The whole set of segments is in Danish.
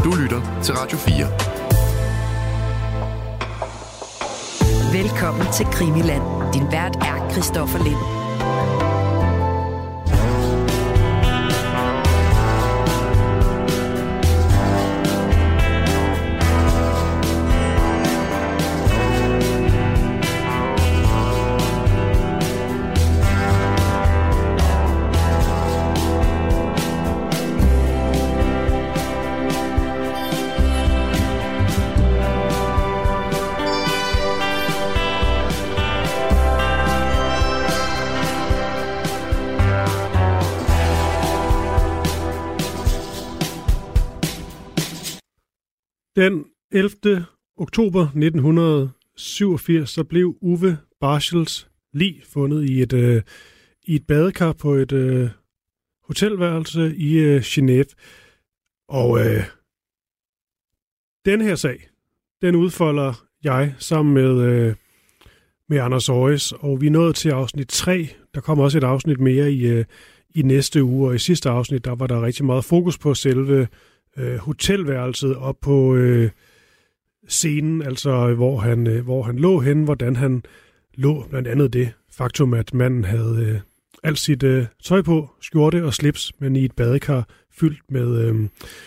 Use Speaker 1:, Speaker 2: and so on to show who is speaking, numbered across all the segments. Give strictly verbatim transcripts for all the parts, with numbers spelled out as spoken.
Speaker 1: Du lytter til Radio fire.
Speaker 2: Velkommen til Krimiland. Din vært er Christoffer Lind.
Speaker 3: Den ellevte oktober nitten syvogfirs så blev Uwe Barschels lig fundet i et, øh, i et badekar på et øh, hotelværelse i øh, Genève. Og øh, den her sag, den udfolder jeg sammen med, øh, med Anders Øjes, og vi er nået til afsnit tre. Der kommer også et afsnit mere i, øh, i næste uge, og i sidste afsnit, der var der rigtig meget fokus på selve øh, hotelværelset op på øh, scenen, altså hvor han, øh, hvor han lå henne, hvordan han lå, blandt andet det faktum, at manden havde øh, alt sit øh, tøj på, skjorte og slips, men i et badekar fyldt med, øh,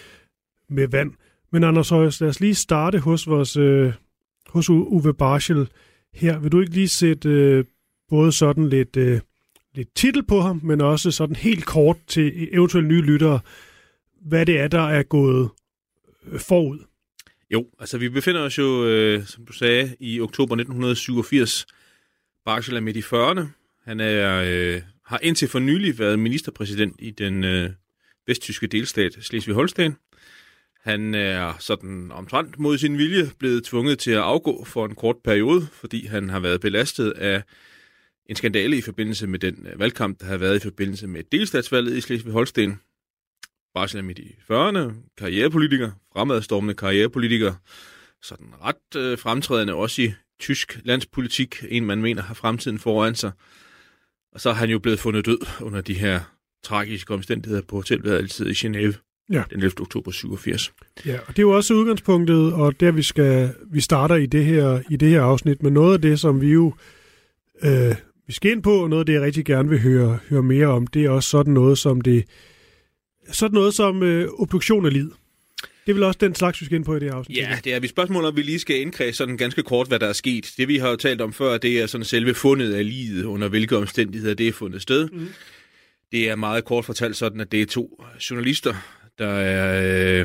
Speaker 3: med vand. Men Anders Højes, lad os lige starte hos vores øh, hos Uwe Barschel her. Vil du ikke lige sætte øh, både sådan lidt, øh, lidt titel på ham, men også sådan helt kort til eventuelle nye lyttere, hvad det er, der er gået øh, forud?
Speaker 4: Jo, altså vi befinder os jo, øh, som du sagde, i oktober nitten syvogfirs. Barschel er midt i fyrrerne. Han er, øh, har indtil for nylig været ministerpræsident i den øh, vesttyske delstat Slesvig-Holsten. Han er sådan omtrent mod sin vilje blevet tvunget til at afgå for en kort periode, fordi han har været belastet af en skandale i forbindelse med den valgkamp, der har været i forbindelse med delstatsvalget i Slesvig-Holsten. Barschel er midt i fyrrerne, karrierepolitiker, fremadstormende karrierepolitiker, sådan ret øh, fremtrædende også i tysk landspolitik, en man mener har fremtiden foran sig. Og så er han jo blevet fundet død under de her tragiske omstændigheder på hotelværelset i Genève. Ja. Den ellevte oktober syvogfirs.
Speaker 3: Ja, og det er jo også udgangspunktet, og der vi skal vi starter i det her i det her afsnit med noget af det, som vi jo øh, vi skal ind på, og noget af det jeg rigtig gerne vil høre høre mere om, det er også sådan noget som det sådan noget som øh, obduktion af lig. Det er vel også den slags, vi skal ind på i det her afsnit.
Speaker 4: Ja, det er vi spørgsmål om, vi lige skal indkredse sådan ganske kort, hvad der er sket. Det vi har jo talt om før, det er sådan selve fundet af liget, under hvilke omstændigheder det er fundet sted. Mm. Det er meget kort fortalt sådan, at det er to journalister, der er øh,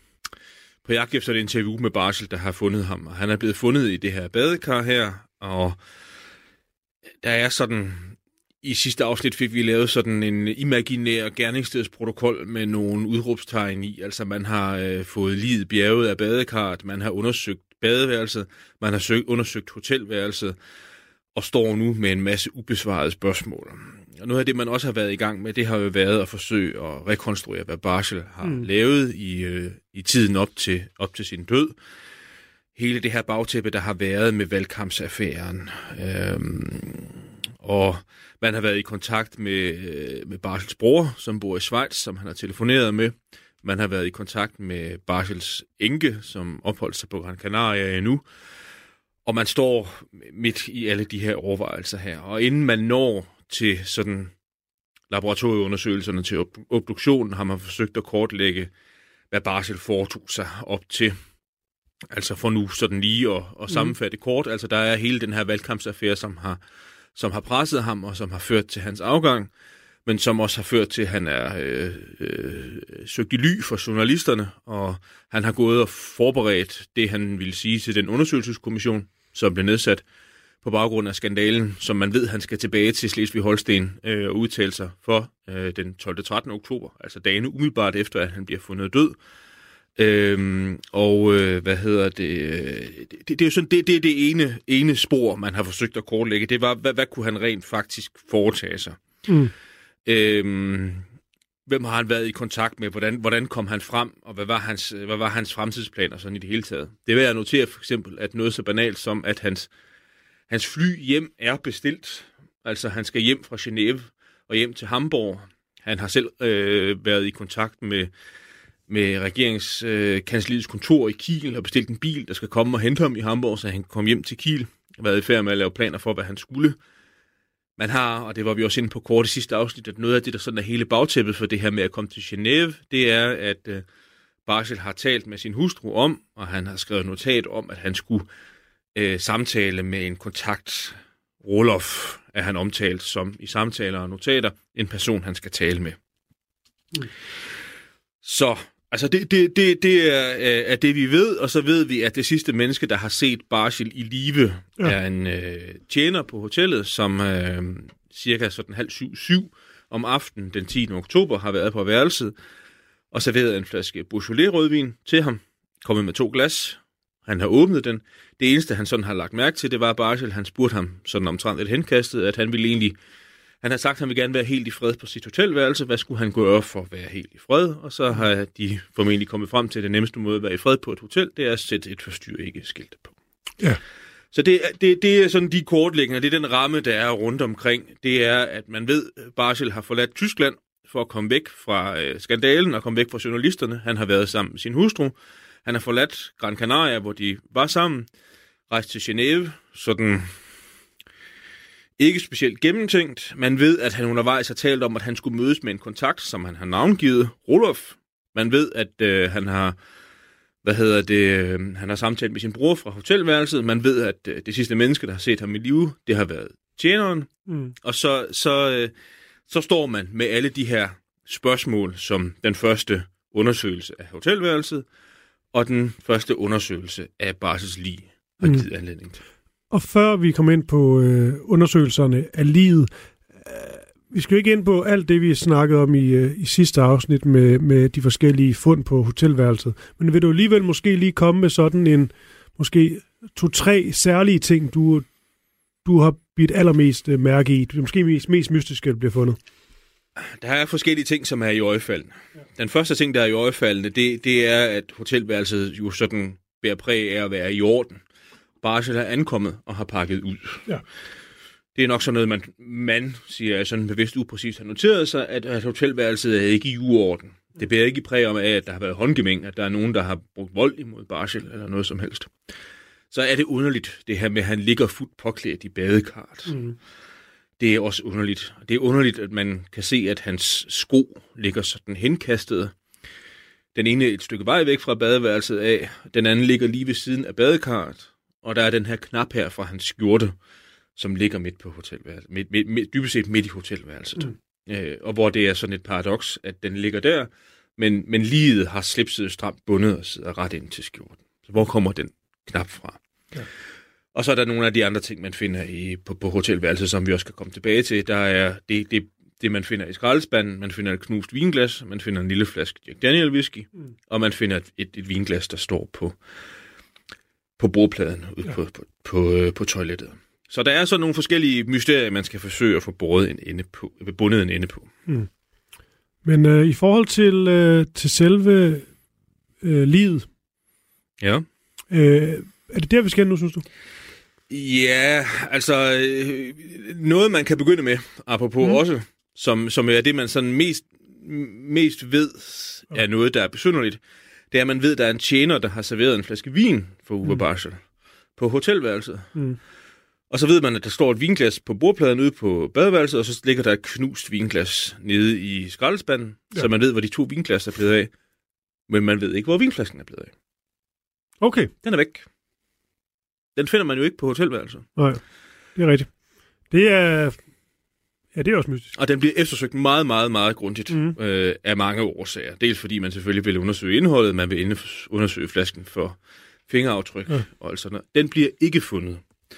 Speaker 4: på jagt efter et interview med Barschel, der har fundet ham. Og han er blevet fundet i det her badekar her, og der er sådan... I sidste afsnit fik vi lavet sådan en imaginær gerningsstedsprotokol med nogle udråbstegn i. Altså man har øh, fået liget bjerget af badekarret, man har undersøgt badeværelset, man har søgt, undersøgt hotelværelset, og står nu med en masse ubesvarede spørgsmål. Og noget af det, man også har været i gang med, det har jo været at forsøge at rekonstruere, hvad Barschel har mm. lavet i, øh, i tiden op til, op til sin død. Hele det her bagtæppe, der har været med valgkampsaffæren. Øhm, og man har været i kontakt med, med Barschels bror, som bor i Schweiz, som han har telefoneret med. Man har været i kontakt med Barschels enke, som opholdt sig på Gran Canaria endnu. Og man står midt i alle de her overvejelser her. Og inden man når til sådan laboratorieundersøgelserne til obduktionen, har man forsøgt at kortlægge, hvad Barschel foretog sig op til. Altså for nu sådan lige at, at sammenfatte mm. kort. Altså der er hele den her valgkampsaffære, som har som har presset ham, og som har ført til hans afgang, men som også har ført til, at han er øh, øh, søgt i ly for journalisterne, og han har gået og forberedt det, han ville sige til den undersøgelseskommission, som blev nedsat på baggrund af skandalen, som man ved, han skal tilbage til Slesvig-Holsten øh, og udtale sig for øh, den tolvte til trettende oktober, altså dagene umiddelbart efter, at han bliver fundet død. Øhm, og øh, hvad hedder det, det, det, det er jo sådan, det, det er det ene, ene spor, man har forsøgt at kortlægge. Det var, hvad, hvad kunne han rent faktisk foretage sig? Mm. Øhm, hvem har han været i kontakt med? Hvordan, hvordan kom han frem? Og hvad var hans, hvad var hans fremtidsplaner sådan i det hele taget? Det vil jeg notere for eksempel, at noget så banalt som, at hans, hans fly hjem er bestilt. Altså han skal hjem fra Genève og hjem til Hamburg. Han har selv øh, været i kontakt med med regeringskansliets øh, kontor i Kiel og bestilt en bil, der skal komme og hente ham i Hamburg, så han kan komme hjem til Kiel. Været i færd med at lave planer for, hvad han skulle. Man har, og det var vi også inde på kort i sidste afsnit, at noget af det, der sådan er hele bagtæppet for det her med at komme til Genève, det er, at øh, Barschel har talt med sin hustru om, og han har skrevet notat om, at han skulle øh, samtale med en kontakt. Roloff er han omtalt som i samtaler og notater, en person, han skal tale med. Mm. Så altså det, det, det, det er, er det, vi ved, og så ved vi, at det sidste menneske, der har set Barschel i live, ja. er en øh, tjener på hotellet, som øh, cirka sådan halv syv, syv om aftenen den tiende oktober har været på værelset, og serveret en flaske Beaujolais-rødvin til ham, kommet med to glas. Han har åbnet den. Det eneste, han sådan har lagt mærke til, det var Barschel. Han spurgte ham sådan omtrent lidt henkastet, at han ville egentlig... Han har sagt, at han vil gerne være helt i fred på sit hotelværelse. Hvad skulle han gøre for at være helt i fred? Og så har de formentlig kommet frem til, at den nemmeste måde at være i fred på et hotel, det er at sætte et forstyr ikke skilt på.
Speaker 3: Ja.
Speaker 4: Så det, det, det er sådan de kortlægninger, det er den ramme, der er rundt omkring. Det er, at man ved, at Barschel har forladt Tyskland for at komme væk fra øh, skandalen og komme væk fra journalisterne. Han har været sammen med sin hustru. Han har forladt Gran Canaria, hvor de var sammen, rejst til Genève, sådan ikke specielt gennemtænkt. Man ved, at han undervejs har talt om, at han skulle mødes med en kontakt, som han har navngivet, Roloff. Man ved, at øh, han har, hvad hedder det, øh, han har samtalt med sin bror fra hotelværelset. Man ved, at øh, det sidste menneske, der har set ham i live, det har været tjeneren. Mm. Og så, så, øh, så står man med alle de her spørgsmål, som den første undersøgelse af hotelværelset, og den første undersøgelse af Barschels lig har givet mm. anledning til.
Speaker 3: Og før vi kommer ind på øh, undersøgelserne af liget, øh, vi skal jo ikke ind på alt det, vi snakkede om i, øh, i sidste afsnit med, med de forskellige fund på hotelværelset. Men vil du alligevel måske lige komme med sådan en, måske to-tre særlige ting, du, du har bidt allermest øh, mærke i, det måske mest, mest mystiske, der bliver fundet?
Speaker 4: Der er forskellige ting, som er i øjefaldene. Ja. Den første ting, der er i øjefaldene, det, det er, at hotelværelset jo sådan bærer præg af at være i orden. Barschel er ankommet og har pakket ud. Ja. Det er nok sådan noget, man, man siger, er sådan bevidst upræcist har noteret sig, at, at hotelværelset er ikke i uorden. Det bærer ikke præg om, at der har været håndgemæng, at der er nogen, der har brugt vold imod Barschel eller noget som helst. Så er det underligt, det her med, at han ligger fuldt påklædt i badekarret. Mm. Det er også underligt. Det er underligt, at man kan se, at hans sko ligger sådan henkastet. Den ene et stykke vej væk fra badeværelset af, den anden ligger lige ved siden af badekarret, og der er den her knap her fra hans skjorte, som ligger midt på hotelværelset, midt, midt, midt, dybest set midt i hotelværelset. Mm. Øh, og hvor det er sådan et paradoks, at den ligger der, men, men liget har slipset stramt bundet og sidder ret ind til skjorten. Så hvor kommer den knap fra? Ja. Og så er der nogle af de andre ting, man finder i, på, på hotelværelset, som vi også skal komme tilbage til. Der er det, det, det man finder i skraldespanden, man finder et knust vinglas, man finder en lille flaske Jack Daniel whisky, mm. og man finder et, et, et vinglas, der står på, på bordpladen ude ja. på, på, på, på toilettet. Så der er så nogle forskellige mysterier, man skal forsøge at få båret en ende på, bundet en ende på. Mm.
Speaker 3: Men øh, i forhold til, øh, til selve øh, livet,
Speaker 4: ja.
Speaker 3: øh, er det der, vi skal nu, synes du?
Speaker 4: Ja, altså øh, noget, man kan begynde med, apropos mm. også, som, som er det, man sådan mest, mest ved, er noget, der er besynderligt, det er, at man ved, at der er en tjener, der har serveret en flaske vin for Uwe mm. Barschel på hotelværelset. Mm. Og så ved man, at der står et vinglas på bordpladen ude på badeværelset, og så ligger der et knust vinglas nede i skraldespanden, ja. Så man ved, hvor de to vinglas er blevet af. Men man ved ikke, hvor vinflasken er blevet af.
Speaker 3: Okay.
Speaker 4: Den er væk. Den finder man jo ikke på hotelværelset.
Speaker 3: Nej, det er rigtigt. Det er... Ja, det er også mystisk.
Speaker 4: Og den bliver eftersøgt meget, meget, meget grundigt mm. øh, af mange årsager. Dels fordi man selvfølgelig vil undersøge indholdet, man vil undersøge flasken for fingeraftryk ja. Og alt sådan noget. Den bliver ikke fundet.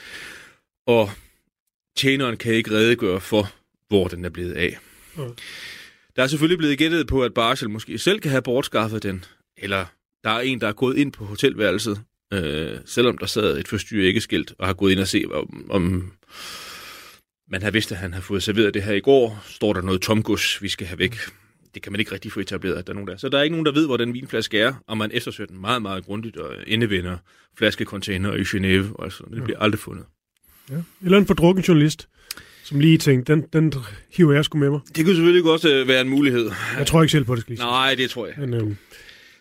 Speaker 4: Og tjeneren kan ikke redegøre for, hvor den er blevet af. Ja. Der er selvfølgelig blevet gættet på, at Barschel måske selv kan have bortskaffet den, eller der er en, der er gået ind på hotelværelset, øh, selvom der sad et forstyrret æggeskilt, og har gået ind og se, om, om man har vidst, at han har fået serveret det her i går. Står der noget tomgods, vi skal have væk. Det kan man ikke rigtig få etableret, at der er nogen der. Så der er ikke nogen, der ved, hvor den vinflaske er, og man eftersøger den meget, meget grundigt og indevender flaskecontainer i Genève, og altså, det bliver aldrig fundet.
Speaker 3: Ja. Eller en fordrukken journalist, som lige tænkte, den, den hiver jeg sgu med mig.
Speaker 4: Det kunne selvfølgelig også være en mulighed.
Speaker 3: Jeg tror ikke selv på det, skal
Speaker 4: Nej, det tror jeg.
Speaker 3: Men, øhm,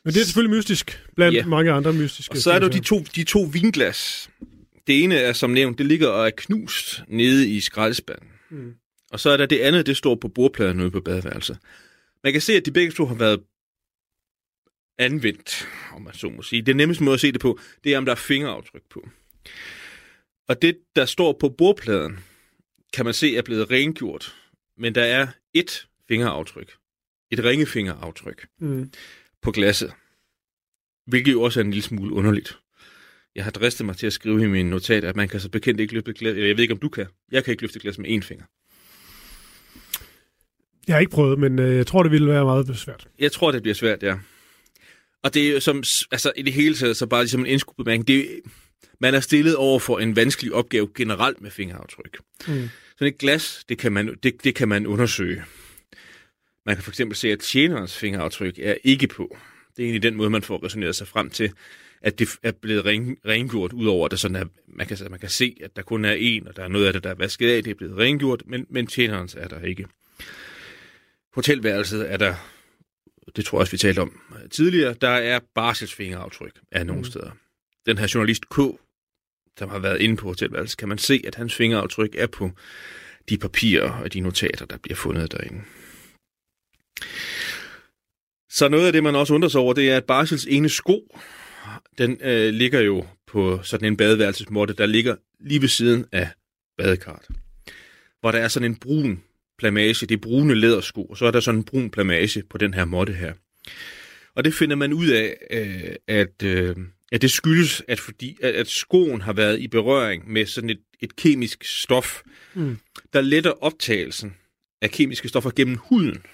Speaker 3: Men det er selvfølgelig mystisk, blandt ja. mange andre mystiske.
Speaker 4: Og så er der de to, de to vinglas. Det ene er, som nævnt, det ligger og er knust nede i skraldespanden. Mm. Og så er der det andet, det står på bordpladen ude på badeværelset. Man kan se, at de begge to har været anvendt, om man så må sige. Det nemmeste måde at se det på, det er, om der er fingeraftryk på. Og det, der står på bordpladen, kan man se er blevet rengjort. Men der er et fingeraftryk. Et ringefingeraftryk mm. på glasset. Hvilket jo også er en lille smule underligt. Jeg har dristet mig til at skrive i mine notater, at man kan så bekendt ikke løfte glas. Jeg ved ikke, om du kan. Jeg kan ikke løfte glas med én finger.
Speaker 3: Jeg har ikke prøvet, men øh, jeg tror, det ville være meget svært.
Speaker 4: Jeg tror, det bliver svært, ja. Og det er jo som, altså i det hele taget, så bare ligesom en indskudbemærkning. Det er, man er stillet over for en vanskelig opgave generelt med fingeraftryk. Mm. Sådan et glas, det kan, man, det, det kan man undersøge. Man kan for eksempel se, at tjenerens fingeraftryk er ikke på. Det er egentlig den måde, man får resoneret sig frem til, at det er blevet ren, rengjort, udover at det sådan er, man kan, man kan se, at der kun er en, og der er noget af det, der er vasket af, det er blevet rengjort, men, men tjenerens er der ikke. Hotelværelset er der, det tror jeg også, vi talte om tidligere, der er Barsels fingeraftryk af nogle mm. steder. Den her journalist K, som har været inde på hotelværelset, kan man se, at hans fingeraftryk er på de papirer og de notater, der bliver fundet derinde. Så noget af det, man også undrer sig over, det er, at Barsels ene sko, den øh, ligger jo på sådan en badeværelsesmåtte, der ligger lige ved siden af badekarret. Hvor der er sådan en brun plamage, det er brune lædersko, og så er der sådan en brun plamage på den her måtte her. Og det finder man ud af, øh, at, øh, at det skyldes, at, fordi, at, at skoen har været i berøring med sådan et, et kemisk stof, mm. der letter optagelsen af kemiske stoffer gennem huden.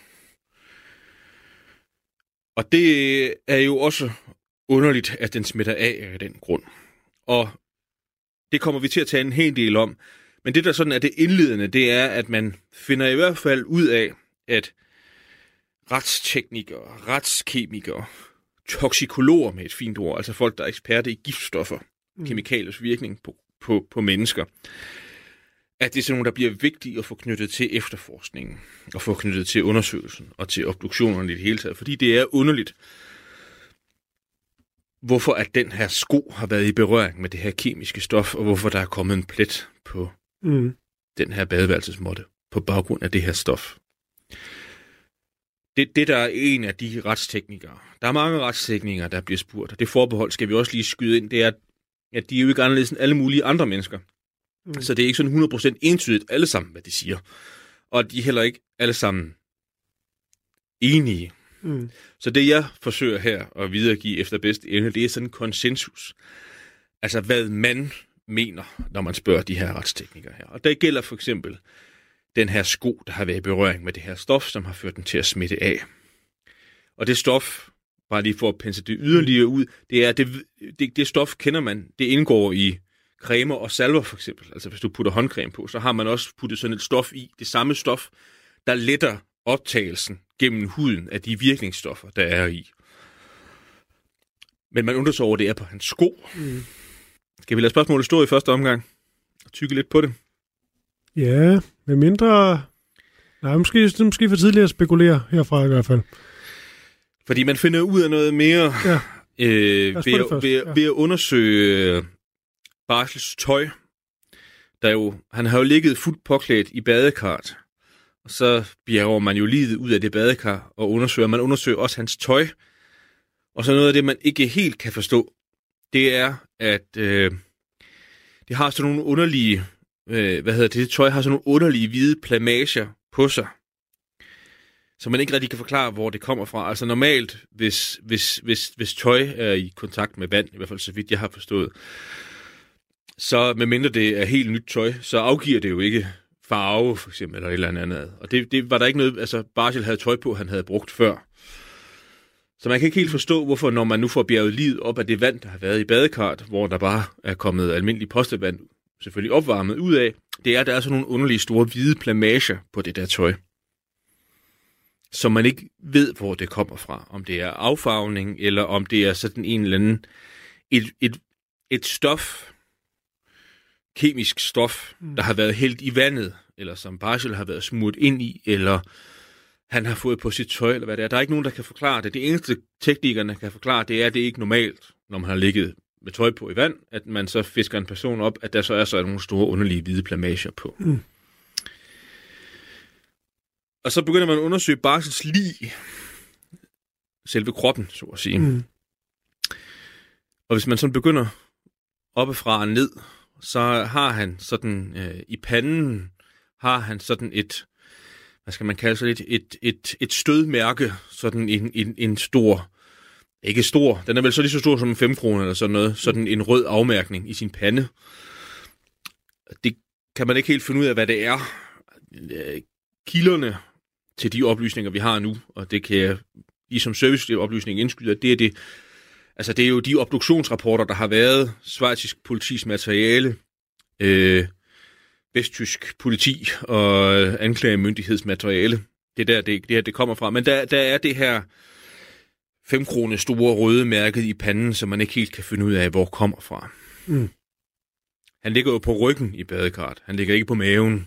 Speaker 4: Og det er jo også underligt, at den smitter af af den grund. Og det kommer vi til at tage en hel del om. Men det, der sådan er det indledende, det er, at man finder i hvert fald ud af, at retsteknikere, retskemikere, toksikologer med et fint ord, altså folk, der er eksperter i giftstoffer, mm. kemikaliers virkning på, på, på mennesker, at det er sådan nogle, der bliver vigtige at få knyttet til efterforskningen, og få knyttet til undersøgelsen, og til obduktionerne i det hele taget. Fordi det er underligt, hvorfor at den her sko har været i berøring med det her kemiske stof, og hvorfor der er kommet en plet på mm. den her badeværelsesmåtte på baggrund af det her stof. Det, det der er en af de retsteknikere. Der er mange retsteknikere, der bliver spurgt, og det forbehold skal vi også lige skyde ind, det er, at de er jo ikke anderledes end alle mulige andre mennesker. Mm. Så det er ikke sådan hundrede procent entydigt alle sammen, hvad de siger. Og de er heller ikke alle sammen enige. Mm. Så det, jeg forsøger her at videregive efter bedste evne, det er sådan en konsensus. Altså, hvad man mener, når man spørger de her retsteknikere her. Og der gælder for eksempel den her sko, der har været i berøring med det her stof, som har ført den til at smitte af. Og det stof, bare lige for at pense det yderligere ud, det er, det, det, det stof kender man, det indgår i cremer og salver for eksempel. Altså, hvis du putter håndcreme på, så har man også puttet sådan et stof i, det samme stof, der letter optagelsen gennem huden af de virkningsstoffer, der er i. Men man undrer sig over, det er på hans sko. Mm. Skal vi lade spørgsmålet stå i første omgang? Og tykke lidt på det?
Speaker 3: Ja, med mindre... Nej, måske, måske for tidligt at spekulere herfra i hvert fald.
Speaker 4: Fordi man finder ud af noget mere ja. øh, ved, ved, ja. ved at undersøge Barsels tøj. Der jo, han har jo ligget fuldt påklædt i badekarret. Og så bjerger man jo livet ud af det badekar og undersøger. Man undersøger også hans tøj. Og så noget af det, man ikke helt kan forstå, det er, at øh, det har sådan nogle underlige, øh, hvad hedder det, det tøj har sådan nogle underlige hvide plamager på sig, så man ikke rigtig kan forklare, hvor det kommer fra. Altså normalt, hvis, hvis, hvis, hvis tøj er i kontakt med vand, i hvert fald så vidt jeg har forstået, så medmindre det er helt nyt tøj, så afgiver det jo ikke farve, for eksempel, eller et eller andet. Og det, det var der ikke noget, altså Barsel havde tøj på, han havde brugt før. Så man kan ikke helt forstå, hvorfor når man nu får bjerget livet op af det vand, der har været i badekarret, hvor der bare er kommet almindelig postevand, selvfølgelig opvarmet ud af, det er, at der er sådan nogle underlige store hvide plamager på det der tøj, som man ikke ved, hvor det kommer fra. Om det er affarvning, eller om det er sådan en eller anden, et, et, et stof, kemisk stof, der har været hældt i vandet, eller som Barsel har været smurt ind i, eller han har fået på sit tøj, eller hvad det er. Der er ikke nogen, der kan forklare det. Det eneste teknikerne kan forklare, det er, at det er ikke normalt, når man har ligget med tøj på i vand, at man så fisker en person op, at der så er så nogle store underlige hvide plamager på. Mm. Og så begynder man at undersøge Barsels lig, selve kroppen, så at sige. Mm. Og hvis man sådan begynder oppefra og ned, så har han sådan øh, i panden, har han sådan et, hvad skal man kalde sig, et, et, et, et stødmærke, sådan en, en, en stor, ikke stor, den er vel så lige så stor som en femkrone eller sådan noget, sådan en rød afmærkning i sin pande. Det kan man ikke helt finde ud af, hvad det er. Kilderne til de oplysninger, vi har nu, og det kan jeg lige som serviceoplysning indskyde, det er det, altså det er jo de obduktionsrapporter, der har været, schweizisk politis materiale, øh, vesttysk politi og anklagemyndighedsmateriale. Det er der, det, det her det kommer fra. Men der, der er det her femkrone store røde mærket i panden, som man ikke helt kan finde ud af, hvor kommer fra. Mm. Han ligger jo på ryggen i badekarret. Han ligger ikke på maven.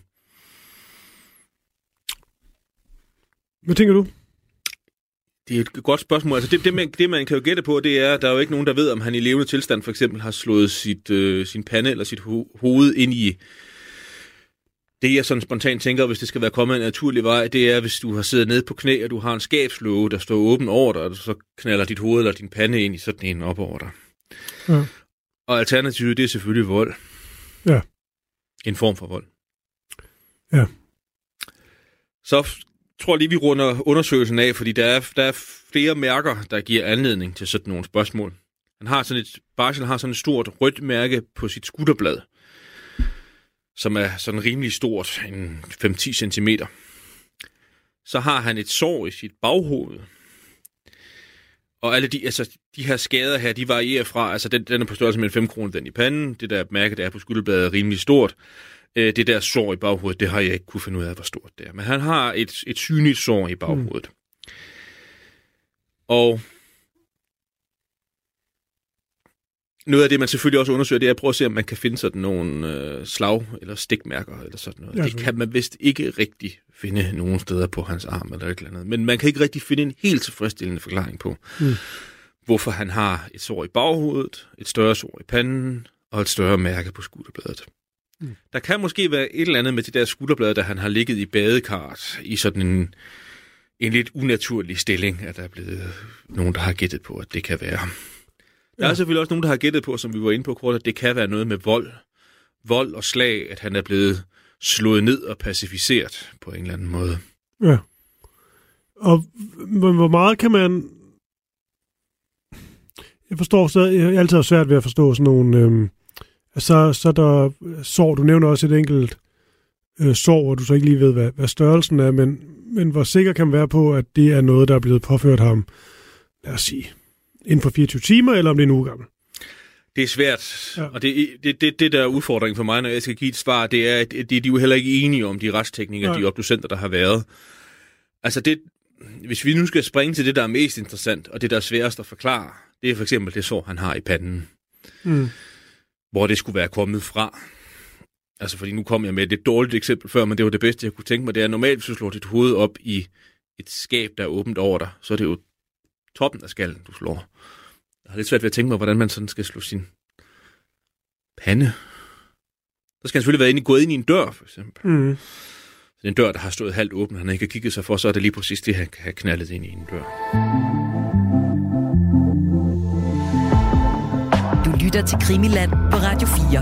Speaker 3: Hvad tænker du?
Speaker 4: Det er et godt spørgsmål. Altså det, det, man, det, man kan jo gætte på, det er, at der er jo ikke nogen, der ved, om han i levende tilstand for eksempel har slået sit, øh, sin pande eller sit ho- hoved ind i. Det, jeg sådan spontant tænker, hvis det skal være kommet en naturlig vej, det er, hvis du har siddet nede på knæ, og du har en skabslåge, der står åben over dig, og så knalder dit hoved eller din pande ind i sådan en op over dig. Ja. Og alternativet, det er selvfølgelig vold.
Speaker 3: Ja.
Speaker 4: En form for vold.
Speaker 3: Ja.
Speaker 4: Så tror jeg lige, vi runder undersøgelsen af, fordi der er, der er flere mærker, der giver anledning til sådan nogle spørgsmål. Han har sådan et, Barsel har sådan et stort rødt mærke på sit skulderblad, som er sådan rimelig stort, en fem til ti centimeter. Så har han et sår i sit baghoved. Og alle de, altså, de her skader her, de varierer fra, altså den, den er på størrelse med en fem krone, den i panden. Det der mærke, der er på skulderbladet, er rimelig stort. Det der sår i baghovedet, det har jeg ikke kunne finde ud af, hvor stort det er. Men han har et, et synligt sår i baghovedet. Mm. Og noget af det, man selvfølgelig også undersøger, det er at prøve at se, om man kan finde sådan nogle øh, slag- eller stikmærker eller sådan noget. Ja, det kan man vist ikke rigtig finde nogen steder på hans arm eller et eller andet. Men man kan ikke rigtig finde en helt tilfredsstillende forklaring på, mm. hvorfor han har et sår i baghovedet, et større sår i panden og et større mærke på skulderbladet. Mm. Der kan måske være et eller andet med det der skulderblad, der han har ligget i badekarret i sådan en, en lidt unaturlig stilling, at der er blevet nogen, der har gættet på, at det kan være. Der er ja. selvfølgelig også nogen, der har gættet på, som vi var inde på kort, at det kan være noget med vold. Vold og slag, at han er blevet slået ned og pacificeret på en eller anden måde.
Speaker 3: Ja. Og hvor meget kan man... Jeg forstår stadig, jeg har altid svært ved at forstå sådan nogle... Øhm... Så, så der sår, du nævner også et enkelt øh, sår, hvor du så ikke lige ved, hvad, hvad størrelsen er, men, men hvor sikker kan man være på, at det er noget, der er blevet påført ham, lad os sige, inden for fireogtyve timer, eller om det er en uge gammel?
Speaker 4: Det er svært, ja. Og det, det, det, det der er udfordringen for mig, når jeg skal give et svar, det er, at de, de er jo heller ikke enige om de retsteknikker, ja. de obducenter, der har været. Altså det, hvis vi nu skal springe til det, der er mest interessant, og det, der er sværest at forklare, det er for eksempel det sår, han har i panden. Mm. Hvor det skulle være kommet fra. Altså, fordi nu kom jeg med et dårligt eksempel før, men det var det bedste, jeg kunne tænke mig. Det er normalt, hvis du slår dit hoved op i et skab, der er åbent over dig, så er det jo toppen af skallen, du slår. Jeg har lidt svært ved at tænke mig, hvordan man sådan skal slå sin pande. Så skal han selvfølgelig være inde, gået ind i en dør, for eksempel. Mm. Så en dør, der har stået halvt åben, han ikke har kigget sig for, så er det lige præcis det, han kan have knaldet ind i en dør.
Speaker 2: Lytter til Krimiland på Radio fire.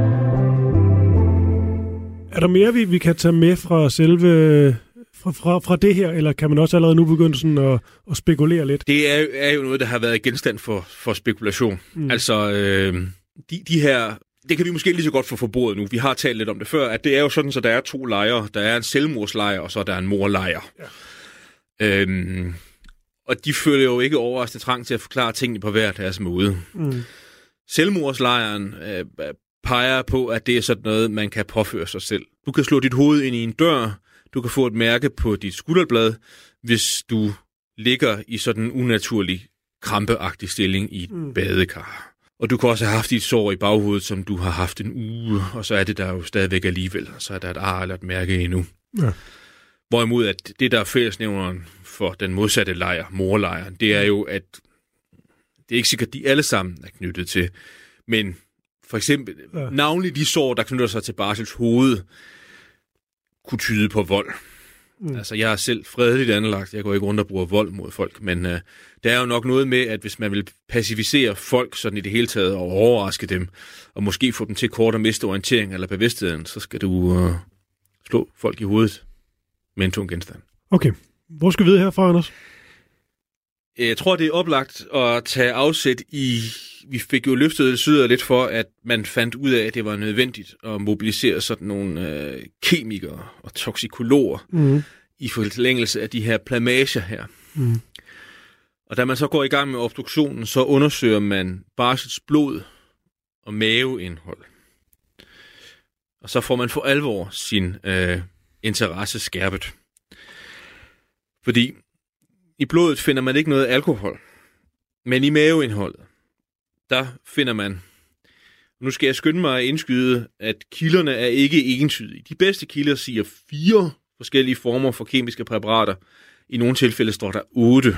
Speaker 3: Er der mere, vi, vi kan tage med fra selve fra, fra, fra det her, eller kan man også allerede nu begynde sådan at, at spekulere lidt?
Speaker 4: Det er, er jo noget, der har været genstand for, for spekulation. Mm. Altså, øh, de, de her... Det kan vi måske lige så godt få forbordet nu. Vi har talt lidt om det før, at det er jo sådan, så der er to lejre. Der er en selvmordslejr, og så er der en morlejr. Ja. Øhm, og de føler jo ikke overraskende trang til at forklare tingene på hver deres måde. Mm. Selvmordslejren øh, peger på, at det er sådan noget, man kan påføre sig selv. Du kan slå dit hoved ind i en dør, du kan få et mærke på dit skulderblad, hvis du ligger i sådan en unaturlig, krampeagtig stilling i et mm. badekar. Og du kan også have haft et sår i baghovedet, som du har haft en uge, og så er det der jo stadigvæk alligevel. Så er der et ar eller et mærke endnu. Ja. Hvorimod at det, der er fællesnævneren for den modsatte lejr, morlejren, det er jo, at det er ikke sikkert, at de alle sammen er knyttet til. Men for eksempel, ja. navnlig de sår, der knytter sig til Barsels hoved, kunne tyde på vold. Mm. Altså, jeg er selv fredeligt anlagt. Jeg går ikke rundt og bruger vold mod folk. Men uh, der er jo nok noget med, at hvis man vil pacificere folk sådan i det hele taget og overraske dem, og måske få dem til kort at miste orientering eller bevidstheden, så skal du uh, slå folk i hovedet med en tung genstand.
Speaker 3: Okay. Hvor skal vi videre herfra, Anders?
Speaker 4: Jeg tror, det er oplagt at tage afsæt i... Vi fik jo løftet syder lidt for, at man fandt ud af, at det var nødvendigt at mobilisere sådan nogle øh, kemikere og toksikologer mm. i forlængelse af de her plamager her. Mm. Og da man så går i gang med obduktionen, så undersøger man Barsels blod og maveindhold. Og så får man for alvor sin øh, interesse skærpet. Fordi i blodet finder man ikke noget alkohol, men i maveindholdet, der finder man, nu skal jeg skynde mig at indskyde, at kilderne er ikke entydige. De bedste kilder siger fire forskellige former for kemiske præparater. I nogle tilfælde står der otte.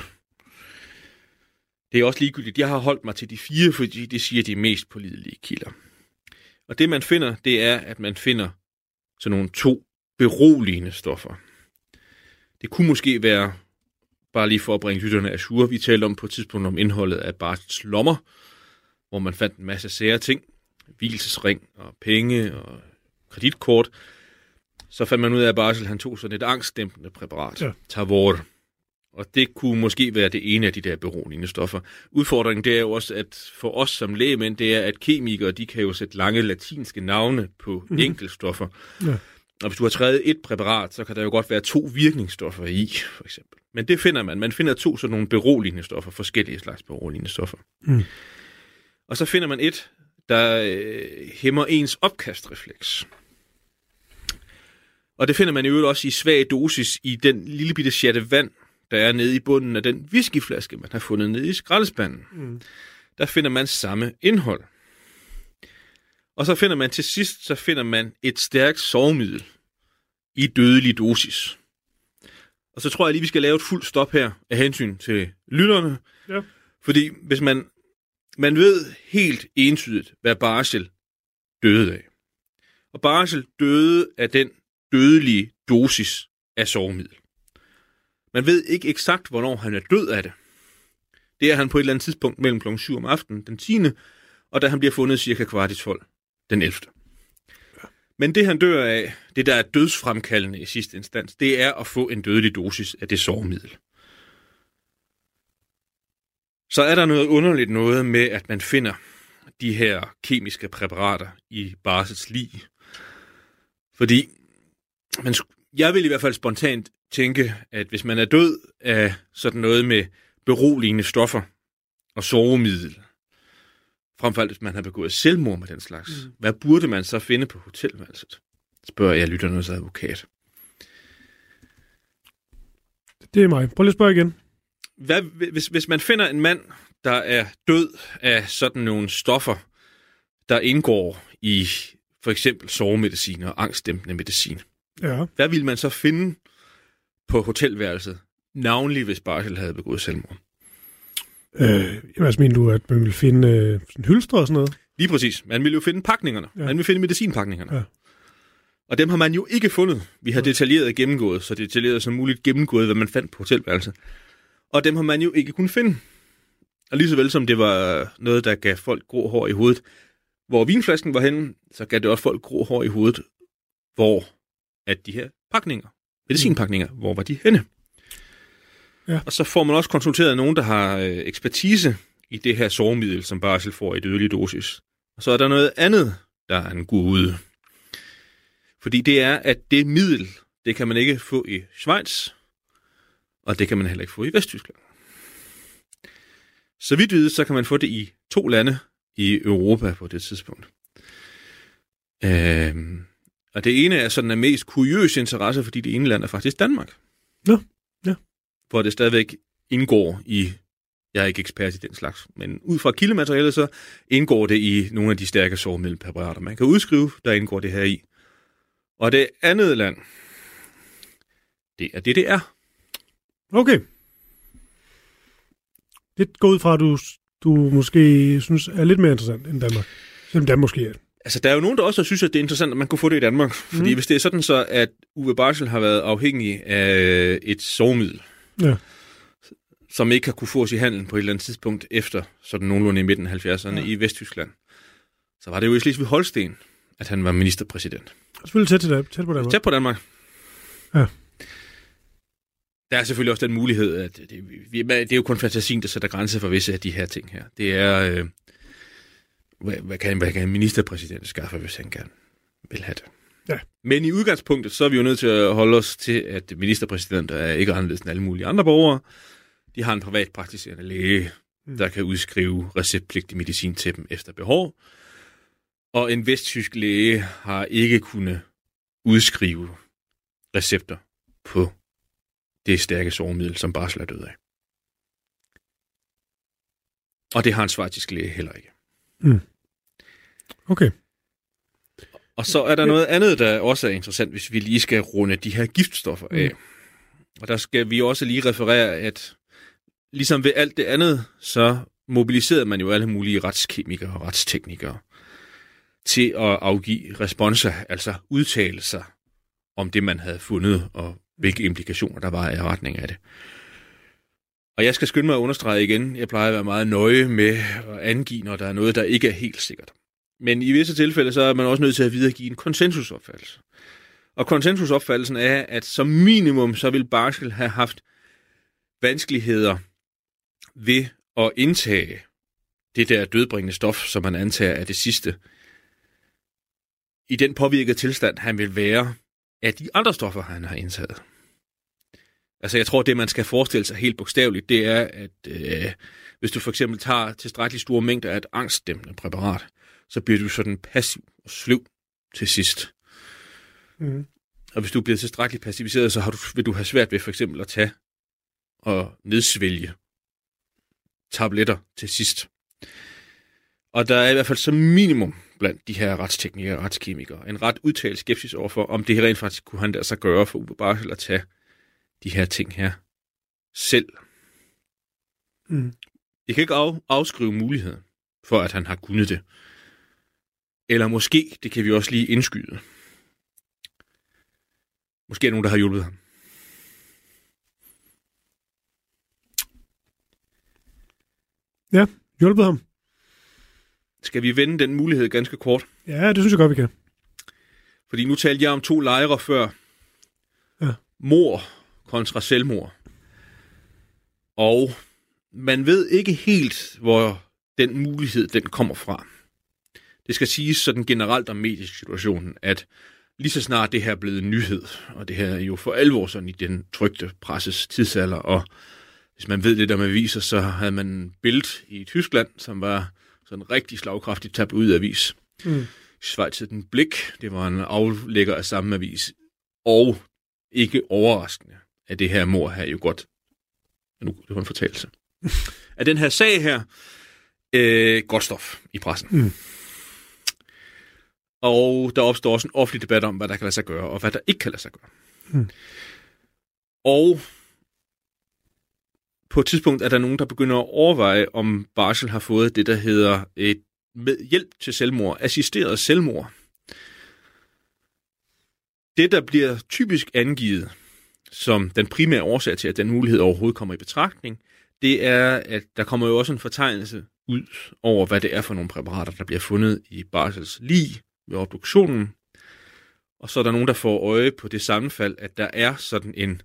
Speaker 4: Det er også ligegyldigt. Jeg har holdt mig til de fire, fordi det siger de mest pålidelige kilder. Og det man finder, det er, at man finder sådan nogle to beroligende stoffer. Det kunne måske være, bare lige for at bringe lytterne af sure, vi talte om på et tidspunkt om indholdet af Barsels lommer, hvor man fandt en masse sære ting, hvilesesring og penge og kreditkort. Så fandt man ud af, at Barsel han tog sådan et angstdæmpende præparat, ja. Tavor. Og det kunne måske være det ene af de der beroligende stoffer. Udfordringen det er jo også, at for os som lægemænd, det er, at kemikere, de kan jo sætte lange latinske navne på mm-hmm. enkeltstoffer. Ja. Og hvis du har trædet et præparat, så kan der jo godt være to virkningsstoffer i, for eksempel. Men det finder man. Man finder to sådan nogle beroligende stoffer, forskellige slags beroligende stoffer. Mm. Og så finder man et, der øh, hæmmer ens opkastrefleks. Og det finder man i øvrigt også i svag dosis i den lille bitte sjatte vand, der er nede i bunden af den whiskyflaske, man har fundet nede i skraldespanden. Mm. Der finder man samme indhold. Og så finder man til sidst, så finder man et stærkt sovemiddel i dødelig dosis. Og så tror jeg lige, vi skal lave et fuldt stop her af hensyn til lytterne. Ja. Fordi hvis man, man ved helt entydigt, hvad Barsel døde af. Og Barsel døde af den dødelige dosis af sovemiddel. Man ved ikke eksakt, hvornår han er død af det. Det er han på et eller andet tidspunkt mellem klokken syv om aftenen den tiende og da han bliver fundet cirka kvart i tolv den ellevte Ja. Men det han dør af, det der er dødsfremkaldende i sidste instans, det er at få en dødelig dosis af det sovemiddel. Så er der noget underligt noget med, at man finder de her kemiske præparater i Barsels lig. Fordi man, jeg vil i hvert fald spontant tænke, at hvis man er død af sådan noget med beroligende stoffer og sovemiddel, frem for alt hvis man har begået selvmord med den slags, mm. hvad burde man så finde på hotelværelset? Spørger jeg lytternes advokat.
Speaker 3: Det er mig. Prøv lige at spørge igen.
Speaker 4: Hvad, hvis, hvis man finder en mand, der er død af sådan nogle stoffer, der indgår i for eksempel sovemedicin og angstdæmpende medicin, ja. Hvad ville man så finde på hotelværelset, navnlig hvis Barsel havde begået selvmord?
Speaker 3: Øh, hvad mener du, at man ville finde øh, sådan hylstre og sådan noget?
Speaker 4: Lige præcis. Man ville jo finde pakningerne. Ja. Man ville finde medicinpakningerne. Ja. Og dem har man jo ikke fundet. Vi har detaljeret gennemgået, så detaljeret som muligt gennemgået, hvad man fandt på hotelværelset. Og dem har man jo ikke kunnet finde. Og lige så vel som det var noget, der gav folk grå hår i hovedet, hvor vinflasken var henne, så gav det også folk grå hår i hovedet, hvor at de her pakninger, medicinpakninger, hvor var de henne? Ja. Og så får man også konsulteret nogen, der har øh, ekspertise i det her sovemiddel, som Barsel får i dødelig dosis. Og så er der noget andet, der er en gude. Fordi det er, at det middel, det kan man ikke få i Schweiz, og det kan man heller ikke få i Vesttyskland. Så vidt vidt, så kan man få det i to lande i Europa på det tidspunkt. Øhm, og det ene er sådan en mest kuriøs interesse, fordi det ene land er faktisk Danmark.
Speaker 3: Ja, ja.
Speaker 4: Hvor det stadigvæk indgår i, jeg er ikke ekspert i den slags, men ud fra kildematerialet, så indgår det i nogle af de stærke sovemiddelpræparater, man kan udskrive, der indgår det her i. Og det andet land, Det er det, det er.
Speaker 3: Okay. Det går ud fra, at du, du måske synes er lidt mere interessant end Danmark. Selvom Danmark måske er.
Speaker 4: Altså, der er jo nogen, der også synes, at det er interessant, at man kunne få det i Danmark. Fordi mm. hvis det er sådan så, at Uwe Barschel har været afhængig af et sovemiddel, ja. som ikke har kunne fås i handelen på et eller andet tidspunkt efter, sådan nogenlunde i midten af halvfjerdserne ja. i Vesttyskland, så var det jo i Slesvig-Holsten, at han var ministerpræsident.
Speaker 3: Selvfølgelig tæt, til det, tæt på Danmark.
Speaker 4: Tæt på Danmark.
Speaker 3: Ja.
Speaker 4: Der er selvfølgelig også den mulighed, at det, det er jo kun fantasien, der sætter grænser for visse af de her ting her. Det er, øh, hvad, hvad, kan, hvad kan en ministerpræsident skaffe, hvis han gerne vil have det?
Speaker 3: Ja.
Speaker 4: Men i udgangspunktet, så er vi jo nødt til at holde os til, at ministerpræsidenter er ikke anderledes end alle mulige andre borgere. De har en privat praktiserende læge, mm. der kan udskrive receptpligtig medicin til dem efter behov. Og en vesttysk læge har ikke kunnet udskrive recepter på det stærke sovemiddel, som Barschel er død af. Og det har en schweizisk læge heller ikke.
Speaker 3: Mm. Okay.
Speaker 4: Og så er der noget andet, der også er interessant, hvis vi lige skal runde de her giftstoffer af. Mm. Og der skal vi også lige referere, at ligesom ved alt det andet, så mobiliserede man jo alle mulige retskemikere og retsteknikere til at afgive responser, altså udtalelser om det, man havde fundet, og hvilke implikationer der var i retning af det. Og jeg skal skynde mig at understrege igen, jeg plejer at være meget nøje med at angive, når der er noget, der ikke er helt sikkert. Men i visse tilfælde, så er man også nødt til at videregive en konsensusopfattelse. Og konsensusopfattelsen er, at som minimum, så vil Barschel have haft vanskeligheder ved at indtage det der dødbringende stof, som man antager er det sidste, i den påvirkede tilstand, han vil være af de andre stoffer, han har indtaget. Altså, jeg tror, det man skal forestille sig helt bogstaveligt, det er, at øh, hvis du for eksempel tager tilstrækkeligt store mængder af et angstdæmpende præparat, så bliver du sådan passiv og sløv til sidst. Mm. Og hvis du bliver tilstrækkeligt passiviseret, så har du, vil du have svært ved for eksempel at tage og nedsvælge tabletter til sidst. Og der er i hvert fald som minimum blandt de her retsteknikere og retskemikere en ret udtalt skepsis overfor, om det rent faktisk kunne han der så gøre for Uwe Barschel at tage de her ting her selv. Mm. Jeg kan ikke af, afskrive muligheden for, at han har kunnet det. Eller måske, det kan vi også lige indskyde. Måske er nogen, der har hjulpet ham.
Speaker 3: Ja, hjulpet ham.
Speaker 4: Skal vi vende den mulighed ganske kort?
Speaker 3: Ja, det synes jeg godt, vi kan.
Speaker 4: Fordi nu talte jeg om to lejre før. Ja. Mord kontra selvmord. Og man ved ikke helt, hvor den mulighed den kommer fra. Det skal siges sådan generelt om medisk situationen, at lige så snart det her er blevet en nyhed, og det her er jo for alvor sådan i den trykte presses tidsalder, og hvis man ved lidt om aviser, så havde man Bild i Tyskland, som var sådan en rigtig slagkraftig tabloidavis. Mm. Schweiz den Blik, det var en aflægger af samme avis, og ikke overraskende, at det her mord her jo godt, nu det var en fortælling, at den her sag her, øh, godt stof i pressen. Mm. Og der opstår også en offentlig debat om, hvad der kan lade sig gøre, og hvad der ikke kan lade sig gøre. Mm. Og på et tidspunkt er der nogen, der begynder at overveje, om Barschel har fået det, der hedder et med hjælp til selvmord, assisteret selvmord. Det, der bliver typisk angivet som den primære årsag til, at den mulighed overhovedet kommer i betragtning, det er, at der kommer jo også en fortegnelse ud over, hvad det er for nogle præparater, der bliver fundet i Barschels lig ved obduktionen. Og så er der nogen, der får øje på det sammenfald, at der er sådan en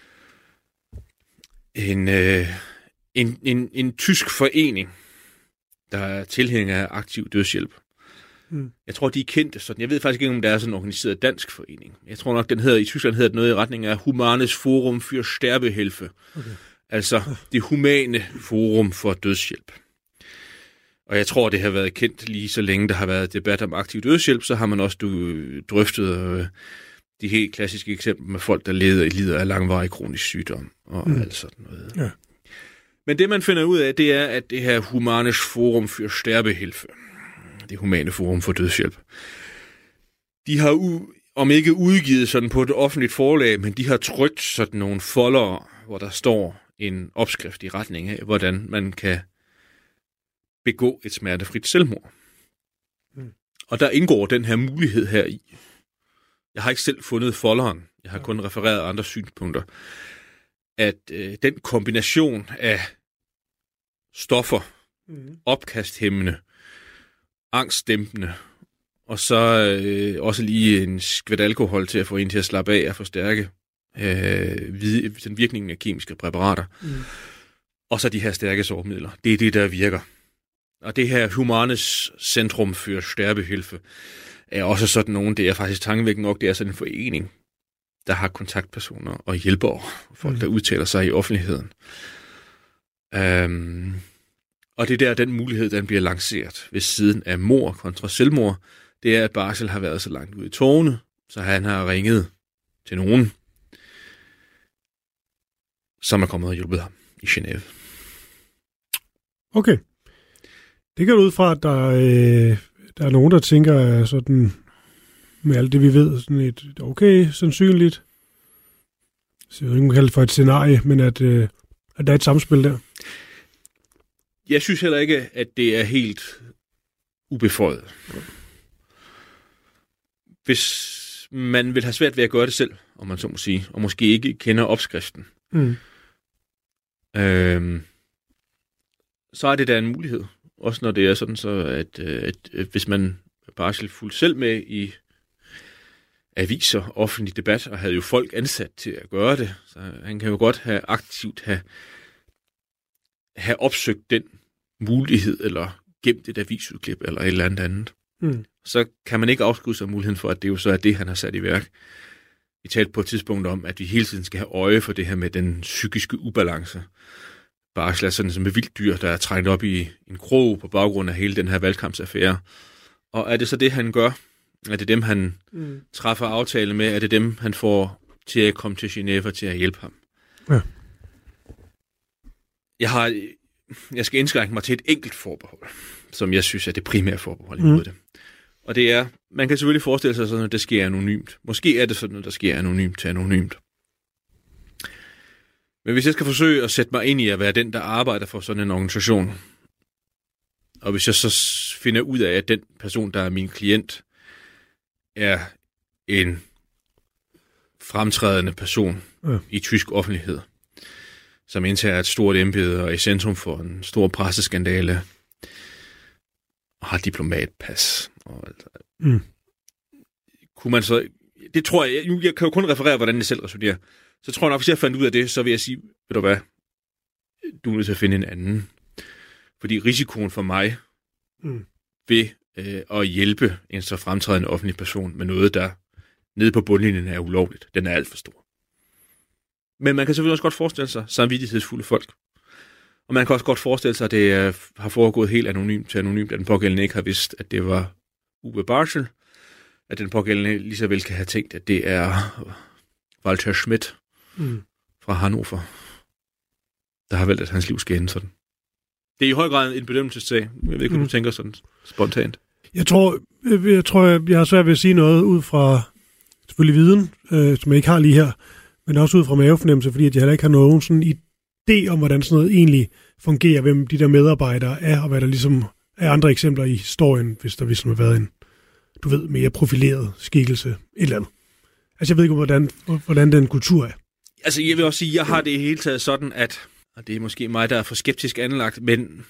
Speaker 4: en, øh, en, en, en tysk forening, der er tilhænger af aktiv dødshjælp. Hmm. Jeg tror, de er kendte sådan. Jeg ved faktisk ikke, om der er sådan en organiseret dansk forening. Jeg tror nok, den hedder i Tyskland hedder det noget i retning af Humanes Forum für Sterbehilfe. Okay. Altså det humane forum for dødshjælp. Og jeg tror, det har været kendt lige så længe, der har været debat om aktiv dødshjælp, så har man også drøftet øh, de helt klassiske eksempler med folk, der leder, lider af langvarig kronisk sygdom og mm. alt sådan noget. Ja. Men det, man finder ud af, det er, at det her Humanes Forum für Sterbehilfe, det humane forum for dødshjælp, de har u- om ikke udgivet sådan på et offentligt forlag, men de har trykt sådan nogle foldere, hvor der står en opskrift i retning af, hvordan man kan begå et smertefrit selvmord. Mm. Og der indgår den her mulighed her i. Jeg har ikke selv fundet folderen, jeg har kun refereret andre synspunkter, at øh, den kombination af stoffer, mm. opkasthæmmende, angstdæmpende, og så øh, også lige en skvæt alkohol til at få en til at slappe af og forstærke øh, vid- den virkningen af kemiske præparater. Mm. Og så de her stærke sovemidler. Det er det, der virker. Og det her Humanes Centrum für Sterbehilfe er også sådan nogen, det er faktisk tankevækkende nok, det er sådan en forening, der har kontaktpersoner og hjælpere, folk, mm. der udtaler sig i offentligheden. Um, og det er der, den mulighed, den bliver lanceret ved siden af mor kontra selvmord. Det er, at Barsel har været så langt ude i tårne, så han har ringet til nogen, som er kommet og hjulpet ham i Genève.
Speaker 3: Okay. Det kan ud fra, at der, øh, der er nogen, der tænker sådan, med alt det, vi ved, sådan et okay, sandsynligt, så jeg ved ikke, man kalder det for et scenarie, men at, øh, at der er et samspil der.
Speaker 4: Jeg synes heller ikke, at det er helt ubeføjet. Hvis man vil have svært ved at gøre det selv, om man så må sige, og måske ikke kender opskriften, mm. øhm, så er det da en mulighed. Også når det er sådan, så at, at, at hvis man bare fulgte selv med i aviser, offentlig debat, og havde jo folk ansat til at gøre det, så han kan jo godt have aktivt have, have opsøgt den mulighed, eller gemt et avisudklip, eller et eller andet andet. Mm. Så kan man ikke afskrive sig muligheden for, at det jo så er det, han har sat i værk. Vi talte på et tidspunkt om, at vi hele tiden skal have øje for det her med den psykiske ubalance. Barsel er sådan som et vildt dyr, der er trængt op i en krog på baggrund af hele den her valgkampsaffære. Og er det så det, han gør? Er det dem, han mm. træffer aftale med? Er det dem, han får til at komme til Genève til at hjælpe ham? Ja. Jeg, har, jeg skal indskrænke mig til et enkelt forbehold, som jeg synes er det primære forbehold imod mm. det. Og det er, man kan selvfølgelig forestille sig sådan, at det sker anonymt. Måske er det sådan, at der sker anonymt til anonymt. Men hvis jeg skal forsøge at sætte mig ind i at være den, der arbejder for sådan en organisation, og hvis jeg så finder ud af, at den person, der er min klient, er en fremtrædende person ja. i tysk offentlighed, som indtager et stort embede og er i centrum for en stor presseskandale, og har diplomatpas. Og altså. mm. Kunne man så... Det tror jeg... Jeg kan jo kun referere, hvordan det selv resonerer. Så tror jeg nok, hvis jeg fandt ud af det, så vil jeg sige, ved du hvad, du er nødt til at finde en anden. Fordi risikoen for mig mm. ved øh, at hjælpe en så fremtrædende offentlig person med noget, der nede på bundlinjen er ulovligt, den er alt for stor. Men man kan selvfølgelig også godt forestille sig samvittighedsfulde folk. Og man kan også godt forestille sig, at det øh, har foregået helt anonymt til anonymt, at den pågældende ikke har vidst, at det var Uwe Barsel, at den pågældende lige så vel kan have tænkt, at det er Walter Schmidt mm. fra Hannover, der har valgt, at hans liv skal ende sådan. Det er i høj grad en bedømmelsessag. Jeg ved ikke, hvad mm. du tænker sådan spontant.
Speaker 3: Jeg tror, jeg, tror, jeg, jeg har svært ved at sige noget ud fra selvfølgelig viden, øh, som jeg ikke har lige her, men også ud fra mavefornemmelse, fordi at jeg heller ikke har nogen sådan idé om, hvordan sådan noget egentlig fungerer, hvem de der medarbejdere er, og hvad der ligesom er andre eksempler i historien, hvis der ligesom har været en, du ved, mere profileret skikkelse, et eller andet. Altså, jeg ved ikke, hvordan, hvordan den kultur er.
Speaker 4: Altså, jeg vil også sige, jeg har det i hele taget sådan, at, og det er måske mig, der er for skeptisk anlagt, men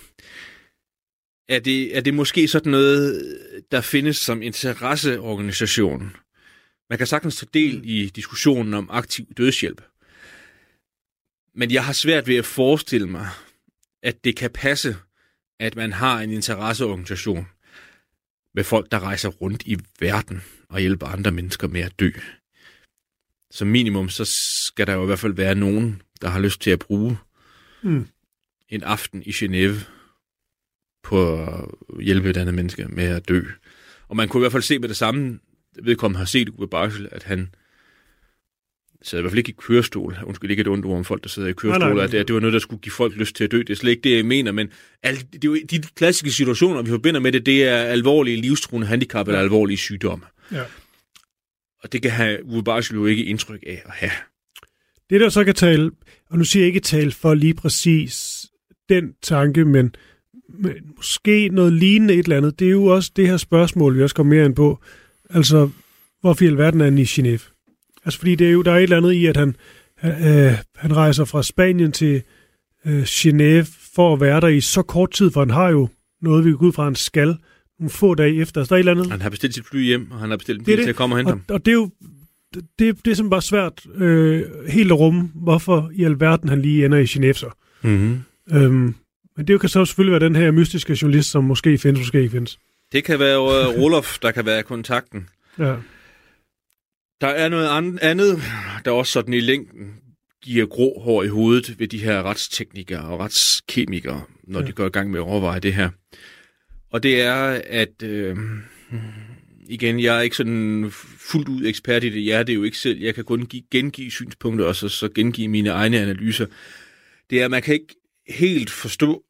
Speaker 4: er det, er det måske sådan noget, der findes som interesseorganisation? Man kan sagtens tage del i diskussionen om aktiv dødshjælp. Men jeg har svært ved at forestille mig, at det kan passe, at man har en interesseorganisation med folk, der rejser rundt i verden og hjælper andre mennesker med at dø. Som minimum, så skal der jo i hvert fald være nogen, der har lyst til at bruge mm. en aften i Genève på at hjælpe et andet menneske med at dø. Og man kunne i hvert fald se med det samme, vedkommende har set Uwe Barsel, at han sidder i hvert fald ikke i kørestol. Undskyld, ikke et ondt ord om folk, der sidder i kørestol. Nej, nej, nej. At det, det var noget, der skulle give folk lyst til at dø. Det er slet ikke det, jeg mener, men alle, det er jo, de klassiske situationer, vi forbinder med det, det er alvorlige livstruende handicap eller alvorlige sygdomme. Ja. Og det kan have Uwe Barschel jo ikke indtryk af at have.
Speaker 3: Det der så kan tale, og nu siger jeg ikke tale for lige præcis den tanke, men, men måske noget lignende et eller andet, det er jo også det her spørgsmål, vi også kommer mere ind på. Altså, hvorfor i alverden er han i Genève? Altså, fordi det er jo, der er et eller andet i, at han, øh, han rejser fra Spanien til øh, Genève for at være der i så kort tid, for han har jo noget, vi går ud fra, han skal nogle få dage efter. Så der er et eller andet.
Speaker 4: Han har bestilt sit fly hjem, og han har bestilt en bil til at komme og hente
Speaker 3: og,
Speaker 4: ham.
Speaker 3: Og det er jo det, det er simpelthen bare svært øh, helt at rumme, hvorfor i alverden han lige ender i Genève så.
Speaker 4: Mm-hmm.
Speaker 3: Øhm, men det kan så selvfølgelig være den her mystiske journalist, som måske findes, måske ikke findes.
Speaker 4: Det kan være uh, Roloff, der kan være kontakten.
Speaker 3: Ja.
Speaker 4: Der er noget andet, der også sådan i længden giver grå hår i hovedet ved de her retsteknikere og retskemikere, når ja. de går i gang med at overveje det her. Og det er, at øh, igen, jeg er ikke sådan fuldt ud ekspert i det. Jeg er det jo ikke selv. Jeg kan kun give, gengive synspunkter og så, så gengive mine egne analyser. Det er, at man kan ikke helt forstå,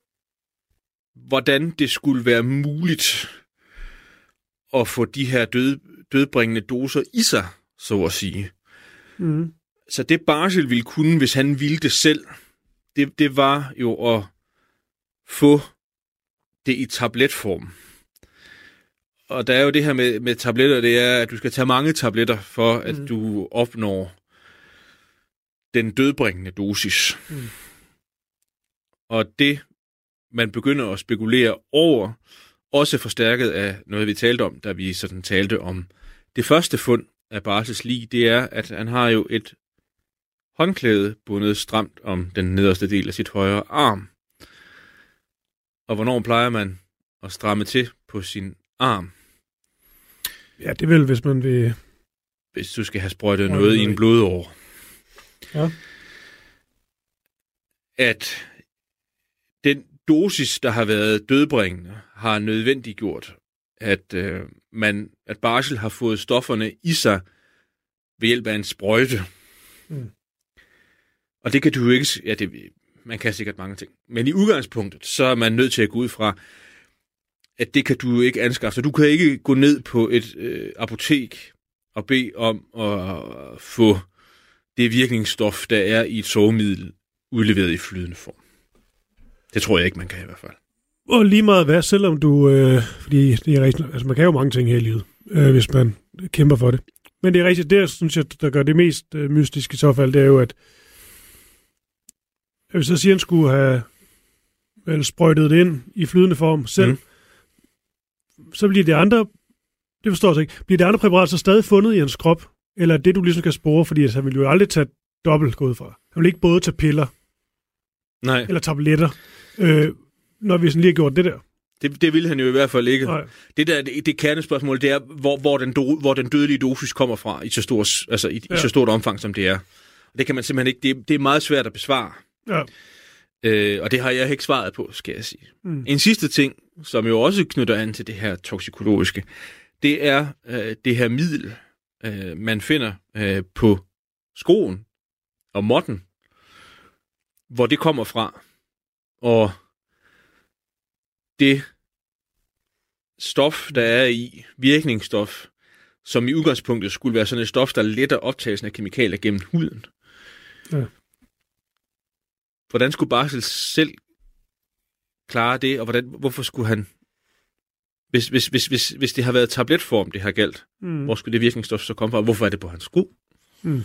Speaker 4: hvordan det skulle være muligt at få de her død, dødbringende doser i sig, så at sige. Mm. Så det Barschel ville kunne, hvis han ville det selv, det, det var jo at få det i tabletform. Og der er jo det her med, med tabletter, det er, at du skal tage mange tabletter, for at mm. du opnår den dødbringende dosis. Mm. Og det, man begynder at spekulere over, også forstærket af noget, vi talte om, da vi sådan talte om det første fund af Barschels lig, det er, at han har jo et håndklæde bundet stramt om den nederste del af sit højre arm. Og hvornår plejer man at stramme til på sin arm?
Speaker 3: Ja, det er vel, hvis man vil...
Speaker 4: Hvis du skal have sprøjtet ja, noget i en blodåre.
Speaker 3: Ja.
Speaker 4: At den dosis, der har været dødbringende, har nødvendiggjort, at, øh, man, at Barschel har fået stofferne i sig ved hjælp af en sprøjte. Mm. Og det kan du jo ikke... Ja, det, man kan sikkert mange ting. Men i udgangspunktet, så er man nødt til at gå ud fra, at det kan du jo ikke anskaffe. Så du kan ikke gå ned på et øh, apotek og bede om at få det virkningsstof, der er i et sovemiddel, udleveret i flydende form. Det tror jeg ikke, man kan i hvert fald.
Speaker 3: Og lige meget hvad, selvom du... Øh, fordi det er rigtigt, altså man kan jo mange ting her i livet, øh, hvis man kæmper for det. Men det er rigtigt, det synes jeg, der gør det mest øh, mystiske i så fald, det er jo, at hvis så siger, han skulle have vel, sprøjtet det ind i flydende form selv, mm. så bliver det andre, det forstår jeg ikke, bliver det andre præparater så stadig fundet i hans krop, eller det, du ligesom kan spore, fordi altså, han vil jo aldrig tage dobbelt gå ud fra. Han vil ikke både tage piller,
Speaker 4: nej,
Speaker 3: eller tabletter, øh, når vi sådan lige har gjort det der.
Speaker 4: Det, det vil han jo i hvert fald ikke.
Speaker 3: Nej.
Speaker 4: Det der, det, det kernespørgsmål, det er, hvor, hvor, den do, hvor den dødelige dosis kommer fra i så, stor, altså i, ja. i så stort omfang, som det er. Det kan man simpelthen ikke, det, det er meget svært at besvare. Ja. Øh, og det har jeg ikke svaret på, skal jeg sige. Mm. En sidste ting, som jo også knytter an til det her toksikologiske, det er øh, det her middel, øh, man finder øh, på skoen og måtten, hvor det kommer fra. Og det stof, der er i, virkningsstof, som i udgangspunktet skulle være sådan et stof, der letter optagelsen af kemikalier gennem huden. Ja. Hvordan skulle Barschel selv klare det, og hvordan, hvorfor skulle han... Hvis, hvis, hvis, hvis, hvis det har været tabletform, det har galt, mm. hvor skulle det virkningsstof så komme fra, og hvorfor er det på hans sko? Mm.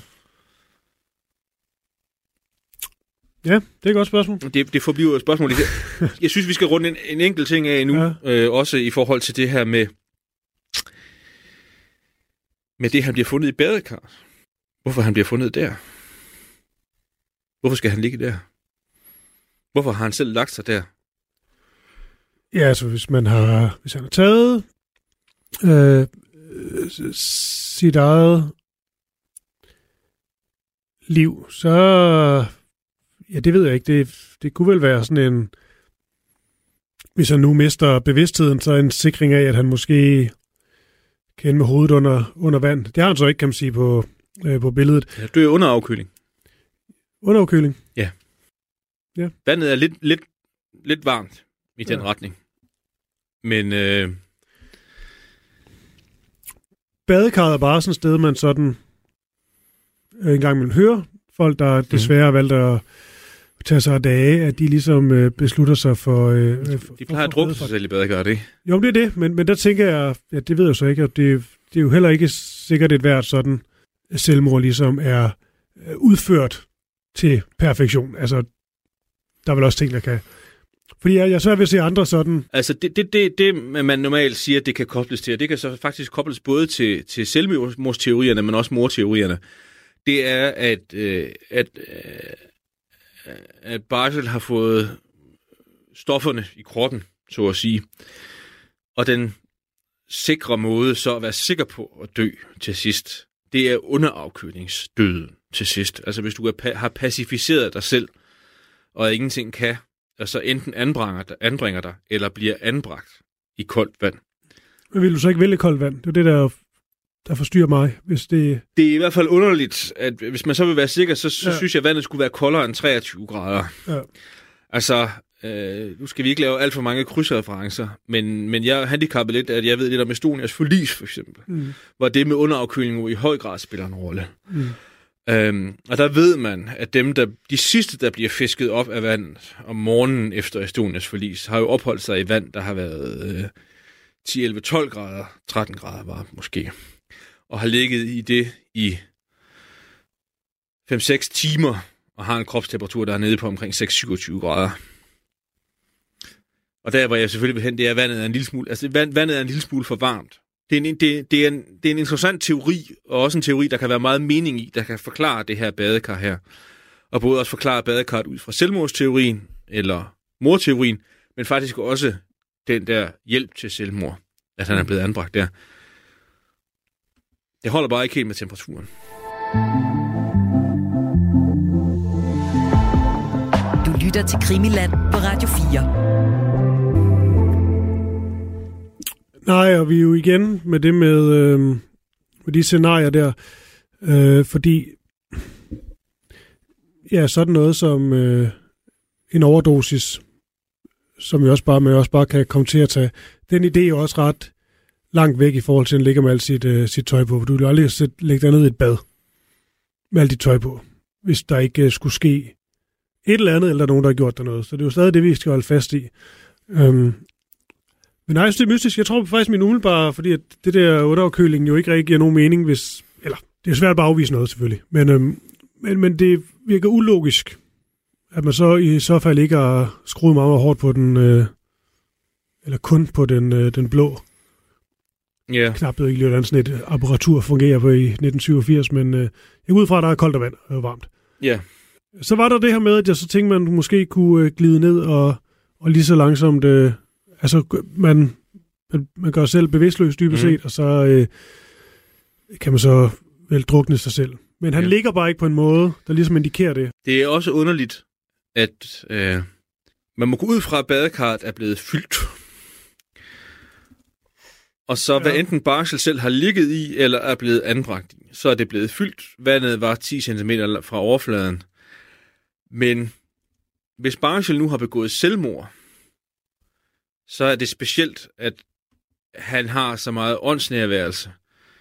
Speaker 3: Ja, det er et godt spørgsmål.
Speaker 4: Det, det forbliver et spørgsmål. Jeg synes, vi skal runde en, en enkelt ting af nu, ja. øh, også i forhold til det her med, med det, han bliver fundet i badekar. Hvorfor han bliver fundet der? Hvorfor skal han ligge der? Hvorfor har han selv lagt sig der?
Speaker 3: Ja, altså hvis man har, hvis han har taget øh, sit eget liv, så ja, det ved jeg ikke. Det, det kunne vel være sådan en, hvis han nu mister bevidstheden, så en sikring af, at han måske kan ende med hovedet under, under vand. Det har han så ikke, kan man sige, på, øh, på billedet.
Speaker 4: Ja, du er under afkøling.
Speaker 3: Under afkøling?
Speaker 4: Ja.
Speaker 3: Ja.
Speaker 4: Vandet er lidt, lidt, lidt varmt i den ja. retning. Men øh,
Speaker 3: badekarret er bare sådan et sted, man sådan øh, en gang vil høre folk, der desværre har valgt at tage sig af dage, at de ligesom øh, beslutter sig for... Øh, for
Speaker 4: de plejer at drukke sig selv i badekarret, ikke?
Speaker 3: Jo, det er det, men, men der tænker jeg, ja, det ved jeg så ikke, at det, det er jo heller ikke sikkert et hvert sådan selvmord ligesom er øh, udført til perfektion. Altså, der er vel også ting, der kan... Fordi jeg, jeg så vil se andre sådan...
Speaker 4: Altså, det, det, det, det, man normalt siger, det kan kobles til, og det kan så faktisk kobles både til, til selvmordsteorierne, men også morteorierne. Det er, at, øh, at, øh, at Barzel har fået stofferne i kroppen, så at sige. Og den sikre måde så at være sikker på at dø til sidst, det er underafkølingsdøden til sidst. Altså, hvis du er, har pacificeret dig selv, og ingenting kan, og så enten anbringer dig, anbringer dig, eller bliver anbragt i koldt vand.
Speaker 3: Men vil du så ikke vælge koldt vand? Det er det, der, der forstyrrer mig. Hvis det...
Speaker 4: det er i hvert fald underligt, at hvis man så vil være sikker, så, så ja. synes jeg, at vandet skulle være koldere end treogtyve grader. Ja. Altså, øh, nu skal vi ikke lave alt for mange krydsreferencer, men, men jeg er handicappet lidt, at jeg ved lidt om Estonias forlis, for eksempel. Mm. Hvor det med underafkøling i høj grad spiller en rolle. Mm. Øhm, og der ved man, at dem, der, de sidste, der bliver fisket op af vandet om morgenen efter Estonias forlis, har jo opholdt sig i vand, der har været øh, ti, elleve, tolv grader, tretten grader varmt måske, og har ligget i det i fem seks timer, og har en kropstemperatur, der er nede på omkring seks syvogtyve grader. Og der, hvor jeg selvfølgelig vil hen, det er, at vandet er en lille smule, altså vand, vandet er en lille smule for varmt. Det er, en, det, det, er en, det er en interessant teori, og også en teori, der kan være meget mening i, der kan forklare det her badekar her. Og både også forklare badekarret ud fra selvmordsteorien, eller morteorien, men faktisk også den der hjælp til selvmord, at han er blevet anbragt der. Det holder bare ikke helt med temperaturen.
Speaker 2: Du lytter til Krimiland på Radio fire.
Speaker 3: Nej, og vi er jo igen med det med, øh, med de scenarier der, øh, fordi ja, sådan noget som øh, en overdosis, som vi også bare, man også bare kan komme til at tage, den idé er jo også ret langt væk i forhold til, at den ligger med alt sit, øh, sit tøj på. Du vil aldrig sætte, lægge dig ned i et bad med alt dit tøj på, hvis der ikke øh, skulle ske et eller andet, eller der er nogen, der har gjort der noget. Så det er jo stadig det, vi skal holde fast i. Øhm, Men nej, jeg synes, det er mystisk. Jeg tror faktisk min umiddelbare, fordi at det der underafkøling jo ikke rigtig giver nogen mening, hvis... Eller, det er svært at bare afvise noget, selvfølgelig. Men, øhm, men, men det virker ulogisk, at man så i så fald ikke har skruet meget hårdt på den... Øh, eller kun på den, øh, den blå.
Speaker 4: Yeah.
Speaker 3: Knap, ikke lige, hvordan sådan et apparatur fungerer på i nitten syvogfirs, men øh, jeg går ud fra, at der er koldt og vand og varmt.
Speaker 4: Ja. Yeah.
Speaker 3: Så var der det her med, at jeg så tænkte, man måske kunne øh, glide ned og, og lige så langsomt... Øh, Altså, man, man, man gør selv bevidstløs dybest set, mm. og så øh, kan man så vel drukne sig selv. Men han ja. ligger bare ikke på en måde, der ligesom indikerer det.
Speaker 4: Det er også underligt, at øh, man må gå ud fra, at badekarret er blevet fyldt. Og så ja. hvad enten Barzel selv har ligget i, eller er blevet anbragt i, så er det blevet fyldt. Vandet var ti centimeter fra overfladen. Men hvis Barzel nu har begået selvmord, så er det specielt, at han har så meget åndsnærværelse,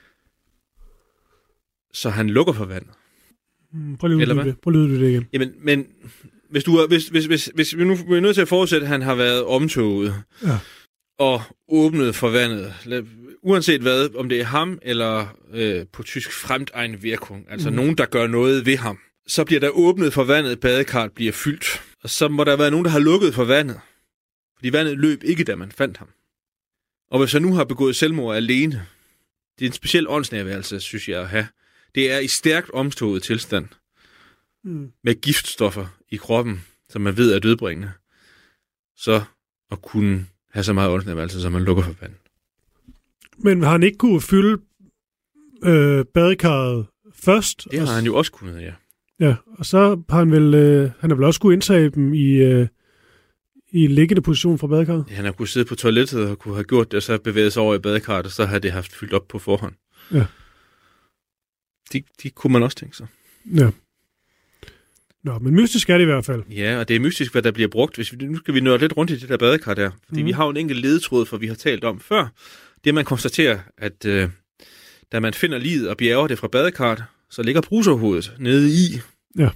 Speaker 4: så han lukker for vandet.
Speaker 3: Mm, prøv lige at lyde det. Prøv lige at lyde det igen.
Speaker 4: Jamen, men hvis, du er, hvis, hvis, hvis, hvis vi nu er nødt til at forudsætte, at han har været omtoget
Speaker 3: ja.
Speaker 4: og åbnet for vandet, uanset hvad, om det er ham eller øh, på tysk Fremdeinwirkung, altså mm. nogen, der gør noget ved ham, så bliver der åbnet for vandet, badekarret bliver fyldt, og så må der være nogen, der har lukket for vandet. Fordi vandet løb ikke, da man fandt ham. Og hvis han nu har begået selvmord alene, det er en speciel åndsnærværelse, synes jeg at have. Det er i stærkt omstået tilstand, mm. med giftstoffer i kroppen, som man ved er dødbringende, så at kunne have så meget åndsnærværelse, som man lukker for vandet. Men
Speaker 3: har han ikke kunne fylde øh, badekarret først?
Speaker 4: Det har og... han jo også kunnet, ja.
Speaker 3: Ja, og så har han vel, øh, han har vel også kunne indtage dem i... Øh, i liggende position fra badekarret?
Speaker 4: Ja, han har kunnet sidde på toilettet og kunne have gjort det, og så bevæget sig over i badekarret, og så har det haft fyldt op på forhånd.
Speaker 3: Ja.
Speaker 4: De, de kunne man også tænke sig.
Speaker 3: Ja. Nå, men mystisk er det i hvert fald.
Speaker 4: Ja, og det er mystisk, hvad der bliver brugt. Hvis vi, nu skal vi nå lidt rundt i det der badekar der. Fordi mm. vi har jo en enkelt ledetråd, for vi har talt om før. Det man konstaterer, at øh, Da man finder liget og bjerger det fra badekarret, så ligger bruserhovedet nede i.
Speaker 3: Ja.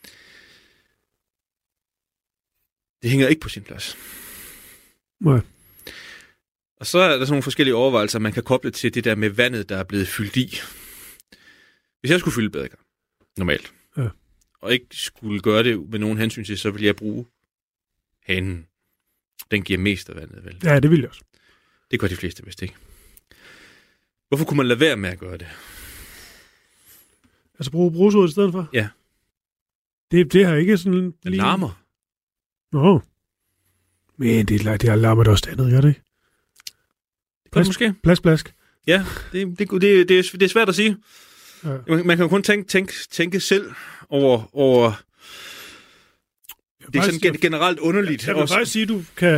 Speaker 4: Det hænger ikke på sin plads.
Speaker 3: Nej.
Speaker 4: Og så er der sådan nogle forskellige overvejelser, man kan koble til det der med vandet, der er blevet fyldt i. Hvis jeg skulle fylde badekar, normalt,
Speaker 3: ja.
Speaker 4: og ikke skulle gøre det med nogen hensyn til, så ville jeg bruge hanen. Den giver mest af vandet, vel?
Speaker 3: Ja, det vil jeg også.
Speaker 4: Det gør de fleste vist ikke. Hvorfor kunne man lade være med at gøre det?
Speaker 3: Altså bruge brugshovedet i stedet for?
Speaker 4: Ja.
Speaker 3: Det, det har ikke sådan...
Speaker 4: Den lige... larmer.
Speaker 3: Nå. Men det, det har larmet også andet, gør det ikke?
Speaker 4: Det gør det måske.
Speaker 3: Plask, plask.
Speaker 4: Ja, det, det, det, det, det, er, det er svært at sige.
Speaker 3: Ja.
Speaker 4: Man kan jo kun tænke, tænke, tænke selv over... over det er sådan gen, generelt underligt.
Speaker 3: Jeg, jeg vil også. faktisk sige, at du kan...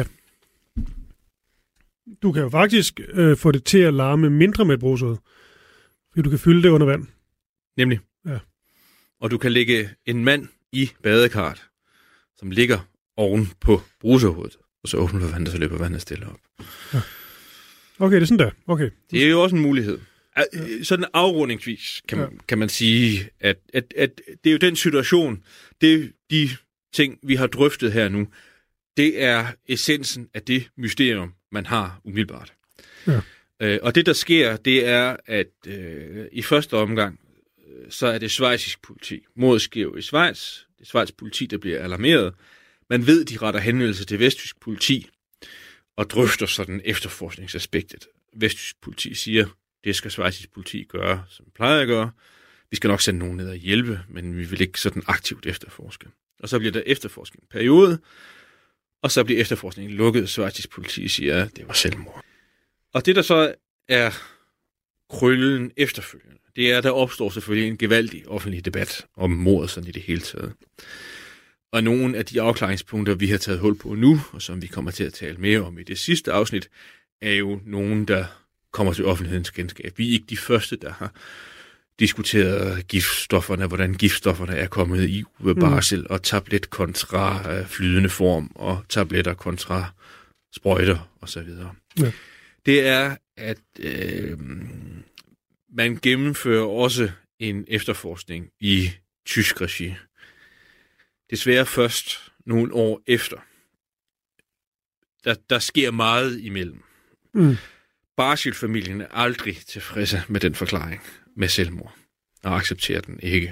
Speaker 3: Du kan jo faktisk øh, få det til at larme mindre med et brugshoved. Fordi du kan fylde det under vand.
Speaker 4: Nemlig.
Speaker 3: Ja.
Speaker 4: Og du kan lægge en mand i badekarret, som ligger oven på bruserhovedet, og så åbner vandet, så løber vandet stille op.
Speaker 3: Ja. Okay, det er sådan der. Okay.
Speaker 4: Det er jo også en mulighed. Sådan afrundingsvis kan man, ja. kan man sige, at, at, at det er jo den situation, det de ting, vi har drøftet her nu, det er essensen af det mysterium, man har umiddelbart.
Speaker 3: Ja.
Speaker 4: Øh, og det, der sker, det er, at øh, i første omgang, øh, så er det schweizisk politi. Mordet sker jo i Schweiz. Det er Schweiz politi, der bliver alarmeret. Man ved, de retter henvendelse til vesttysk politi og drøfter sådan efterforskningsaspektet. Vesttysk politi siger, det skal schweizisk politi gøre, som vi plejer at gøre. Vi skal nok sende nogen ned og hjælpe, men vi vil ikke sådan aktivt efterforske. Og så bliver der efterforskning en periode, og så bliver efterforskningen lukket. Schweizisk politi siger, at det var selvmord. Og det, der så er krøllen efterfølgende, det er, at der opstår selvfølgelig en gevaldig offentlig debat om mordet sådan i det hele taget. Og nogle af de afklaringspunkter, vi har taget hul på nu, og som vi kommer til at tale mere om i det sidste afsnit, er jo nogen, der kommer til offentlighedens kendskab. Vi er ikke de første, der har diskuteret giftstofferne, hvordan giftstofferne er kommet i barsel, mm. og tablet kontra flydende form, og tabletter kontra sprøjter osv. Ja. Det er, at øh, man gennemfører også en efterforskning i tysk regi. Desværre først nogle år efter. Der, der sker meget imellem. Mm. Barschel-familien er aldrig tilfredse med den forklaring med selvmord, og accepterer den ikke.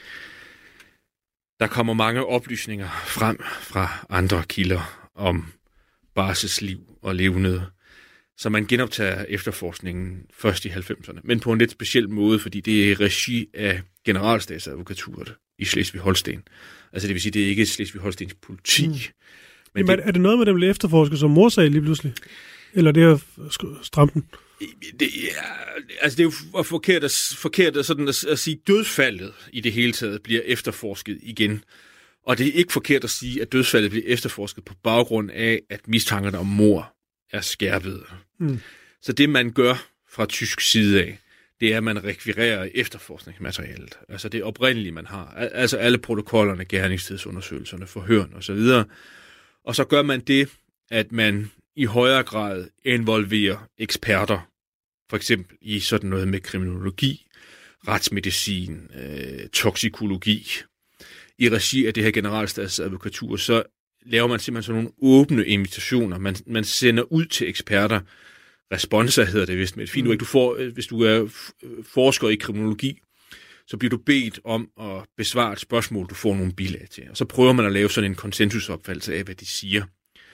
Speaker 4: Der kommer mange oplysninger frem fra andre kilder om Barsels liv og levnede, så man genoptager efterforskningen først i halvfemserne, men på en lidt speciel måde, fordi det er i regi af generalstatsadvokaturet i Slesvig-Holsten. Altså det vil sige, det er ikke Slesvig-Holstens politi. Mm. Men
Speaker 3: Jamen, det, er det noget med, dem bliver efterforsket som morsag lige pludselig? Eller det er strampen?
Speaker 4: Det, ja, altså det er jo forkert, at, forkert at, sådan at, at sige, dødsfaldet i det hele taget bliver efterforsket igen. Og det er ikke forkert at sige, at dødsfaldet bliver efterforsket på baggrund af, at mistankerne om mord er skærpet. Mm. Så det, man gør fra tysk side af, det er, at man rekvirerer efterforskningsmaterialet. Altså det oprindelige, man har. Altså alle protokollerne, gerningstidsundersøgelserne, forhørene osv. Og så gør man det, at man i højere grad involverer eksperter, for eksempel i sådan noget med kriminologi, retsmedicin, øh, toksikologi. I regi af det her generalstatsadvokatur, så laver man simpelthen sådan nogle åbne invitationer. Man, man sender ud til eksperter. Responser hedder det vist med et fint ord. Du får, hvis du er forsker i kriminologi, så bliver du bedt om at besvare et spørgsmål, du får nogle bilag til. Og så prøver man at lave sådan en konsensusopfattelse af, hvad de siger.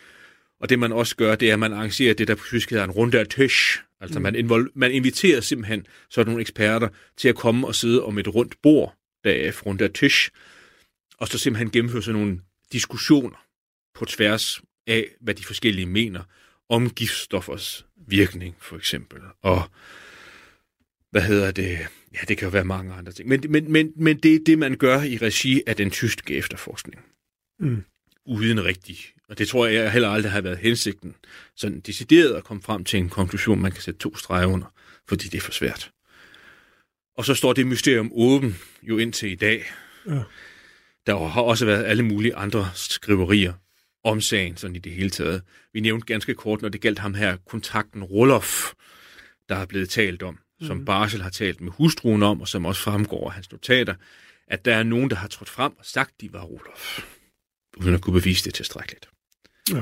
Speaker 4: Og det man også gør, det er, at man arrangerer det, der på tysk hedder en runde af Tisch. Altså mm. man, invol- man inviterer simpelthen sådan nogle eksperter til at komme og sidde om et rundt bord, der er runde af Tisch, og så simpelthen gennemføre sådan nogle diskussioner på tværs af, hvad de forskellige mener om giftstoffers virkning, for eksempel. Og hvad hedder det? Ja, det kan jo være mange andre ting. Men, men, men, men det er det, man gør i regi af den tyske efterforskning. Mm. Uden rigtig. Og det tror jeg heller aldrig har været hensigten. Sådan decideret at komme frem til en konklusion, man kan sætte to streger under, fordi det er for svært. Og så står det mysterium åben jo indtil i dag. Ja. Der har også været alle mulige andre skriverier om sagen, sådan i det hele taget. Vi nævnte ganske kort, når det galt ham her, kontakten Roloff, der er blevet talt om. som Barsel har talt med hustruen om, og som også fremgår af hans notater, at der er nogen, der har trådt frem og sagt, de var Rudolf, uden at kunne bevise det tilstrækkeligt.
Speaker 3: Ja.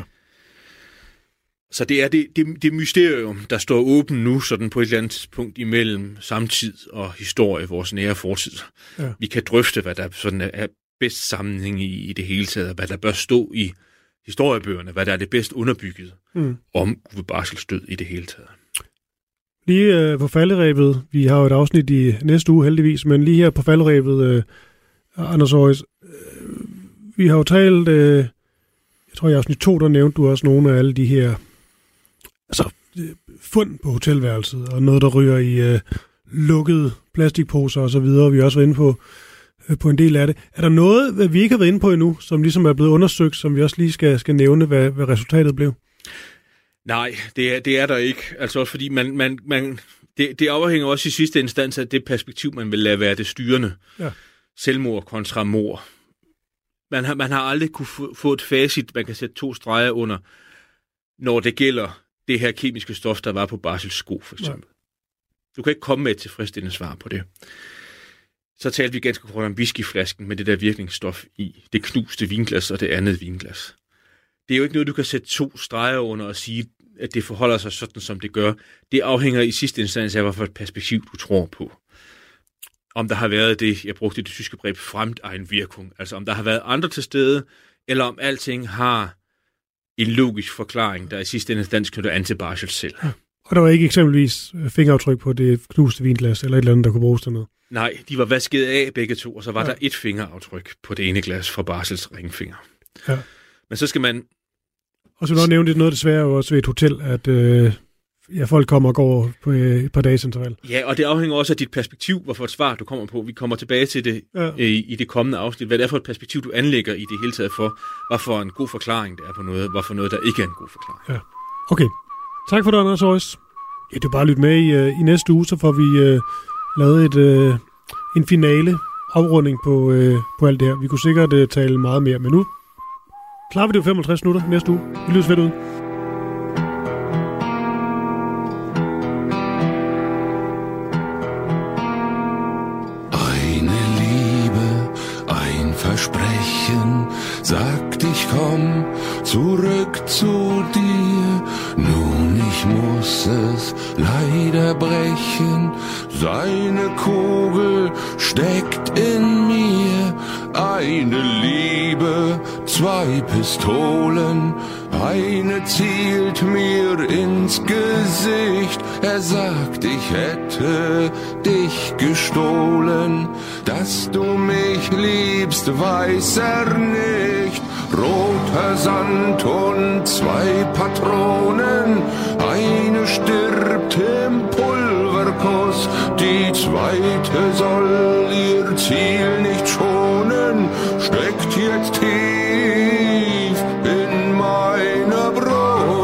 Speaker 4: Så det er det, det, det mysterium, der står åben nu, sådan på et eller andet tidspunkt imellem samtid og historie, vores nære fortid. Ja. Vi kan drøfte, hvad der sådan er bedst sammenhæng i, i det hele taget, hvad der bør stå i historiebøgerne, hvad der er det bedst underbygget mm. om Uwe Barsels død i det hele taget.
Speaker 3: Lige øh, på falderæbet, vi har jo et afsnit i næste uge heldigvis, men lige her på falderæbet, øh, Anders Aarhus, øh, vi har jo talt, øh, jeg tror i afsnit to, der nævnte du også nogle af alle de her altså, øh, fund på hotelværelset, og noget, der ryger i øh, lukkede plastikposer og så videre, vi er også inde på, øh, på en del af det. Er der noget, hvad vi ikke har været inde på endnu, som ligesom er blevet undersøgt, som vi også lige skal, skal nævne, hvad, hvad resultatet blev?
Speaker 4: Nej, det er, det er der ikke. Altså også fordi man, man, man, det, det afhænger også i sidste instans af det perspektiv, man vil lade være det styrende. Ja. Selvmord kontra mord. Man har, man har aldrig kunne få, få et facit, man kan sætte to streger under, når det gælder det her kemiske stof, der var på Barsels sko, for eksempel. Ja. Du kan ikke komme med et tilfredsstillende svar på det. Så talte vi ganske kort om whiskyflasken med det der virkningsstof i det knuste vinglas og det andet vinglas. Det er jo ikke noget, du kan sætte to streger under og sige, at det forholder sig sådan, som det gør. Det afhænger i sidste instans af, hvad for et perspektiv du tror på. Om der har været det, jeg brugte det tyske begreb, Fremdeinwirkung. Altså om der har været andre til stede, eller om alting har en logisk forklaring, der i sidste instans knytter an til Barsel selv. Ja. Og
Speaker 3: der var ikke eksempelvis fingeraftryk på det knuste vinglas, eller et eller andet, der kunne bruges til noget?
Speaker 4: Nej, de var vasket af begge to, og så var ja. der et fingeraftryk på det ene glas fra Barsels ringfinger. Ja. Men så skal man...
Speaker 3: Og så vil du nævne det noget desværre også ved et hotel, at øh, ja, folk kommer og går på øh, et par dages interval.
Speaker 4: Ja, og det afhænger også af dit perspektiv, hvorfor et svar du kommer på. Vi kommer tilbage til det ja. øh, i det kommende afsnit. Hvad det er for et perspektiv, du anlægger i det hele taget for, hvorfor en god forklaring det er på noget, hvorfor noget, der ikke er en god forklaring.
Speaker 3: Ja. Okay. Tak for det, Anders Aarhus. Ja, det er bare at lytte med i, øh, i næste uge, så får vi øh, lavet et, øh, en finale afrunding på, øh, på alt det her. Vi kunne sikkert øh, tale meget mere, men nu klarer vi det jo femoghalvtreds minutter næste uge. Vi lyttes ved ud.
Speaker 1: Eine Liebe, ein Versprechen, sagt ich komm zurück zu dir. Nun, ich muss es leider brechen, seine Kugel steckt in mir. Eine Liebe, zwei Pistolen, eine zielt mir ins Gesicht. Er sagt, ich hätte dich gestohlen. Dass du mich liebst, weiß er nicht. Roter Sand und zwei Patronen, eine stirbt im Pulverkuss, die zweite soll ihr Ziel nicht schonen, steckt jetzt tief in meiner Brust.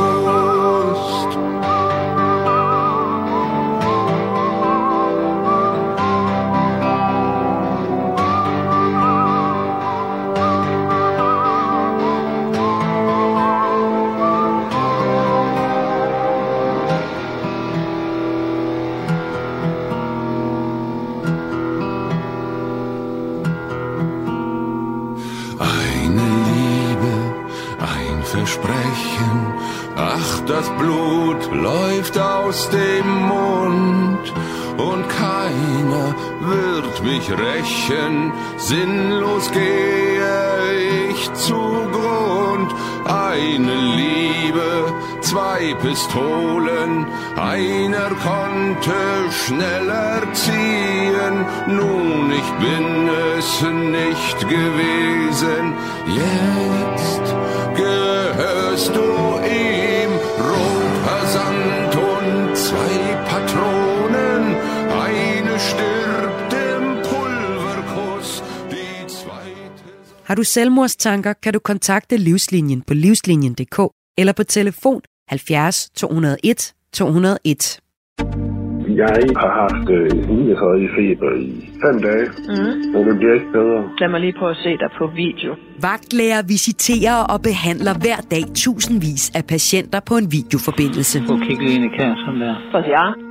Speaker 1: Versprechen, ach, das Blut läuft aus dem Mund und keiner wird mich rächen, sinnlos gehe ich zugrund. Eine Liebe, zwei Pistolen, einer konnte schneller ziehen, nun, ich bin es nicht gewesen, jetzt gehörst du ihm, roter Sand und zwei Patronen, eine stirbt im Pulverkuss, die zweite...
Speaker 2: Har du selvmordstanker, kan du kontakte Livslinjen på livslinjen punktum d k eller på telefon halvfjerds to hundrede og en to hundrede og en.
Speaker 5: Jeg har haft niogtredive feber i fem dage, mm. og det bliver ikke bedre.
Speaker 6: Lad mig lige prøve at se dig på video.
Speaker 2: Vagtlæger visiterer og behandler hver dag tusindvis af patienter på en videoforbindelse.
Speaker 7: Prøv at kigge lige ind i kassen der.
Speaker 6: Prøv at sige ja.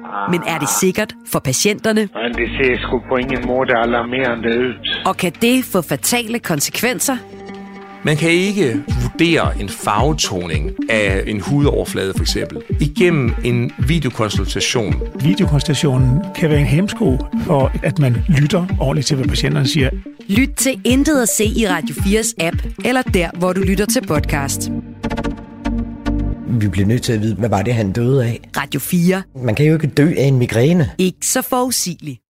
Speaker 2: Men er det sikkert for patienterne?
Speaker 7: Men det ser sgu på ingen måde alarmerende ud.
Speaker 2: Og kan det få fatale konsekvenser?
Speaker 8: Man kan ikke vurdere en farvetoning af en hudoverflade for eksempel igennem en videokonsultation.
Speaker 9: Videokonsultationen kan være en hæmsko for, at man lytter ordentligt til, hvad patienterne siger.
Speaker 2: Lyt til Intet at se i Radio fires app, eller der, hvor du lytter til podcast.
Speaker 10: Vi bliver nødt til at vide, hvad var det, han døde af?
Speaker 2: Radio fire.
Speaker 10: Man kan jo ikke dø af en migræne.
Speaker 2: Ikke så forudsigeligt.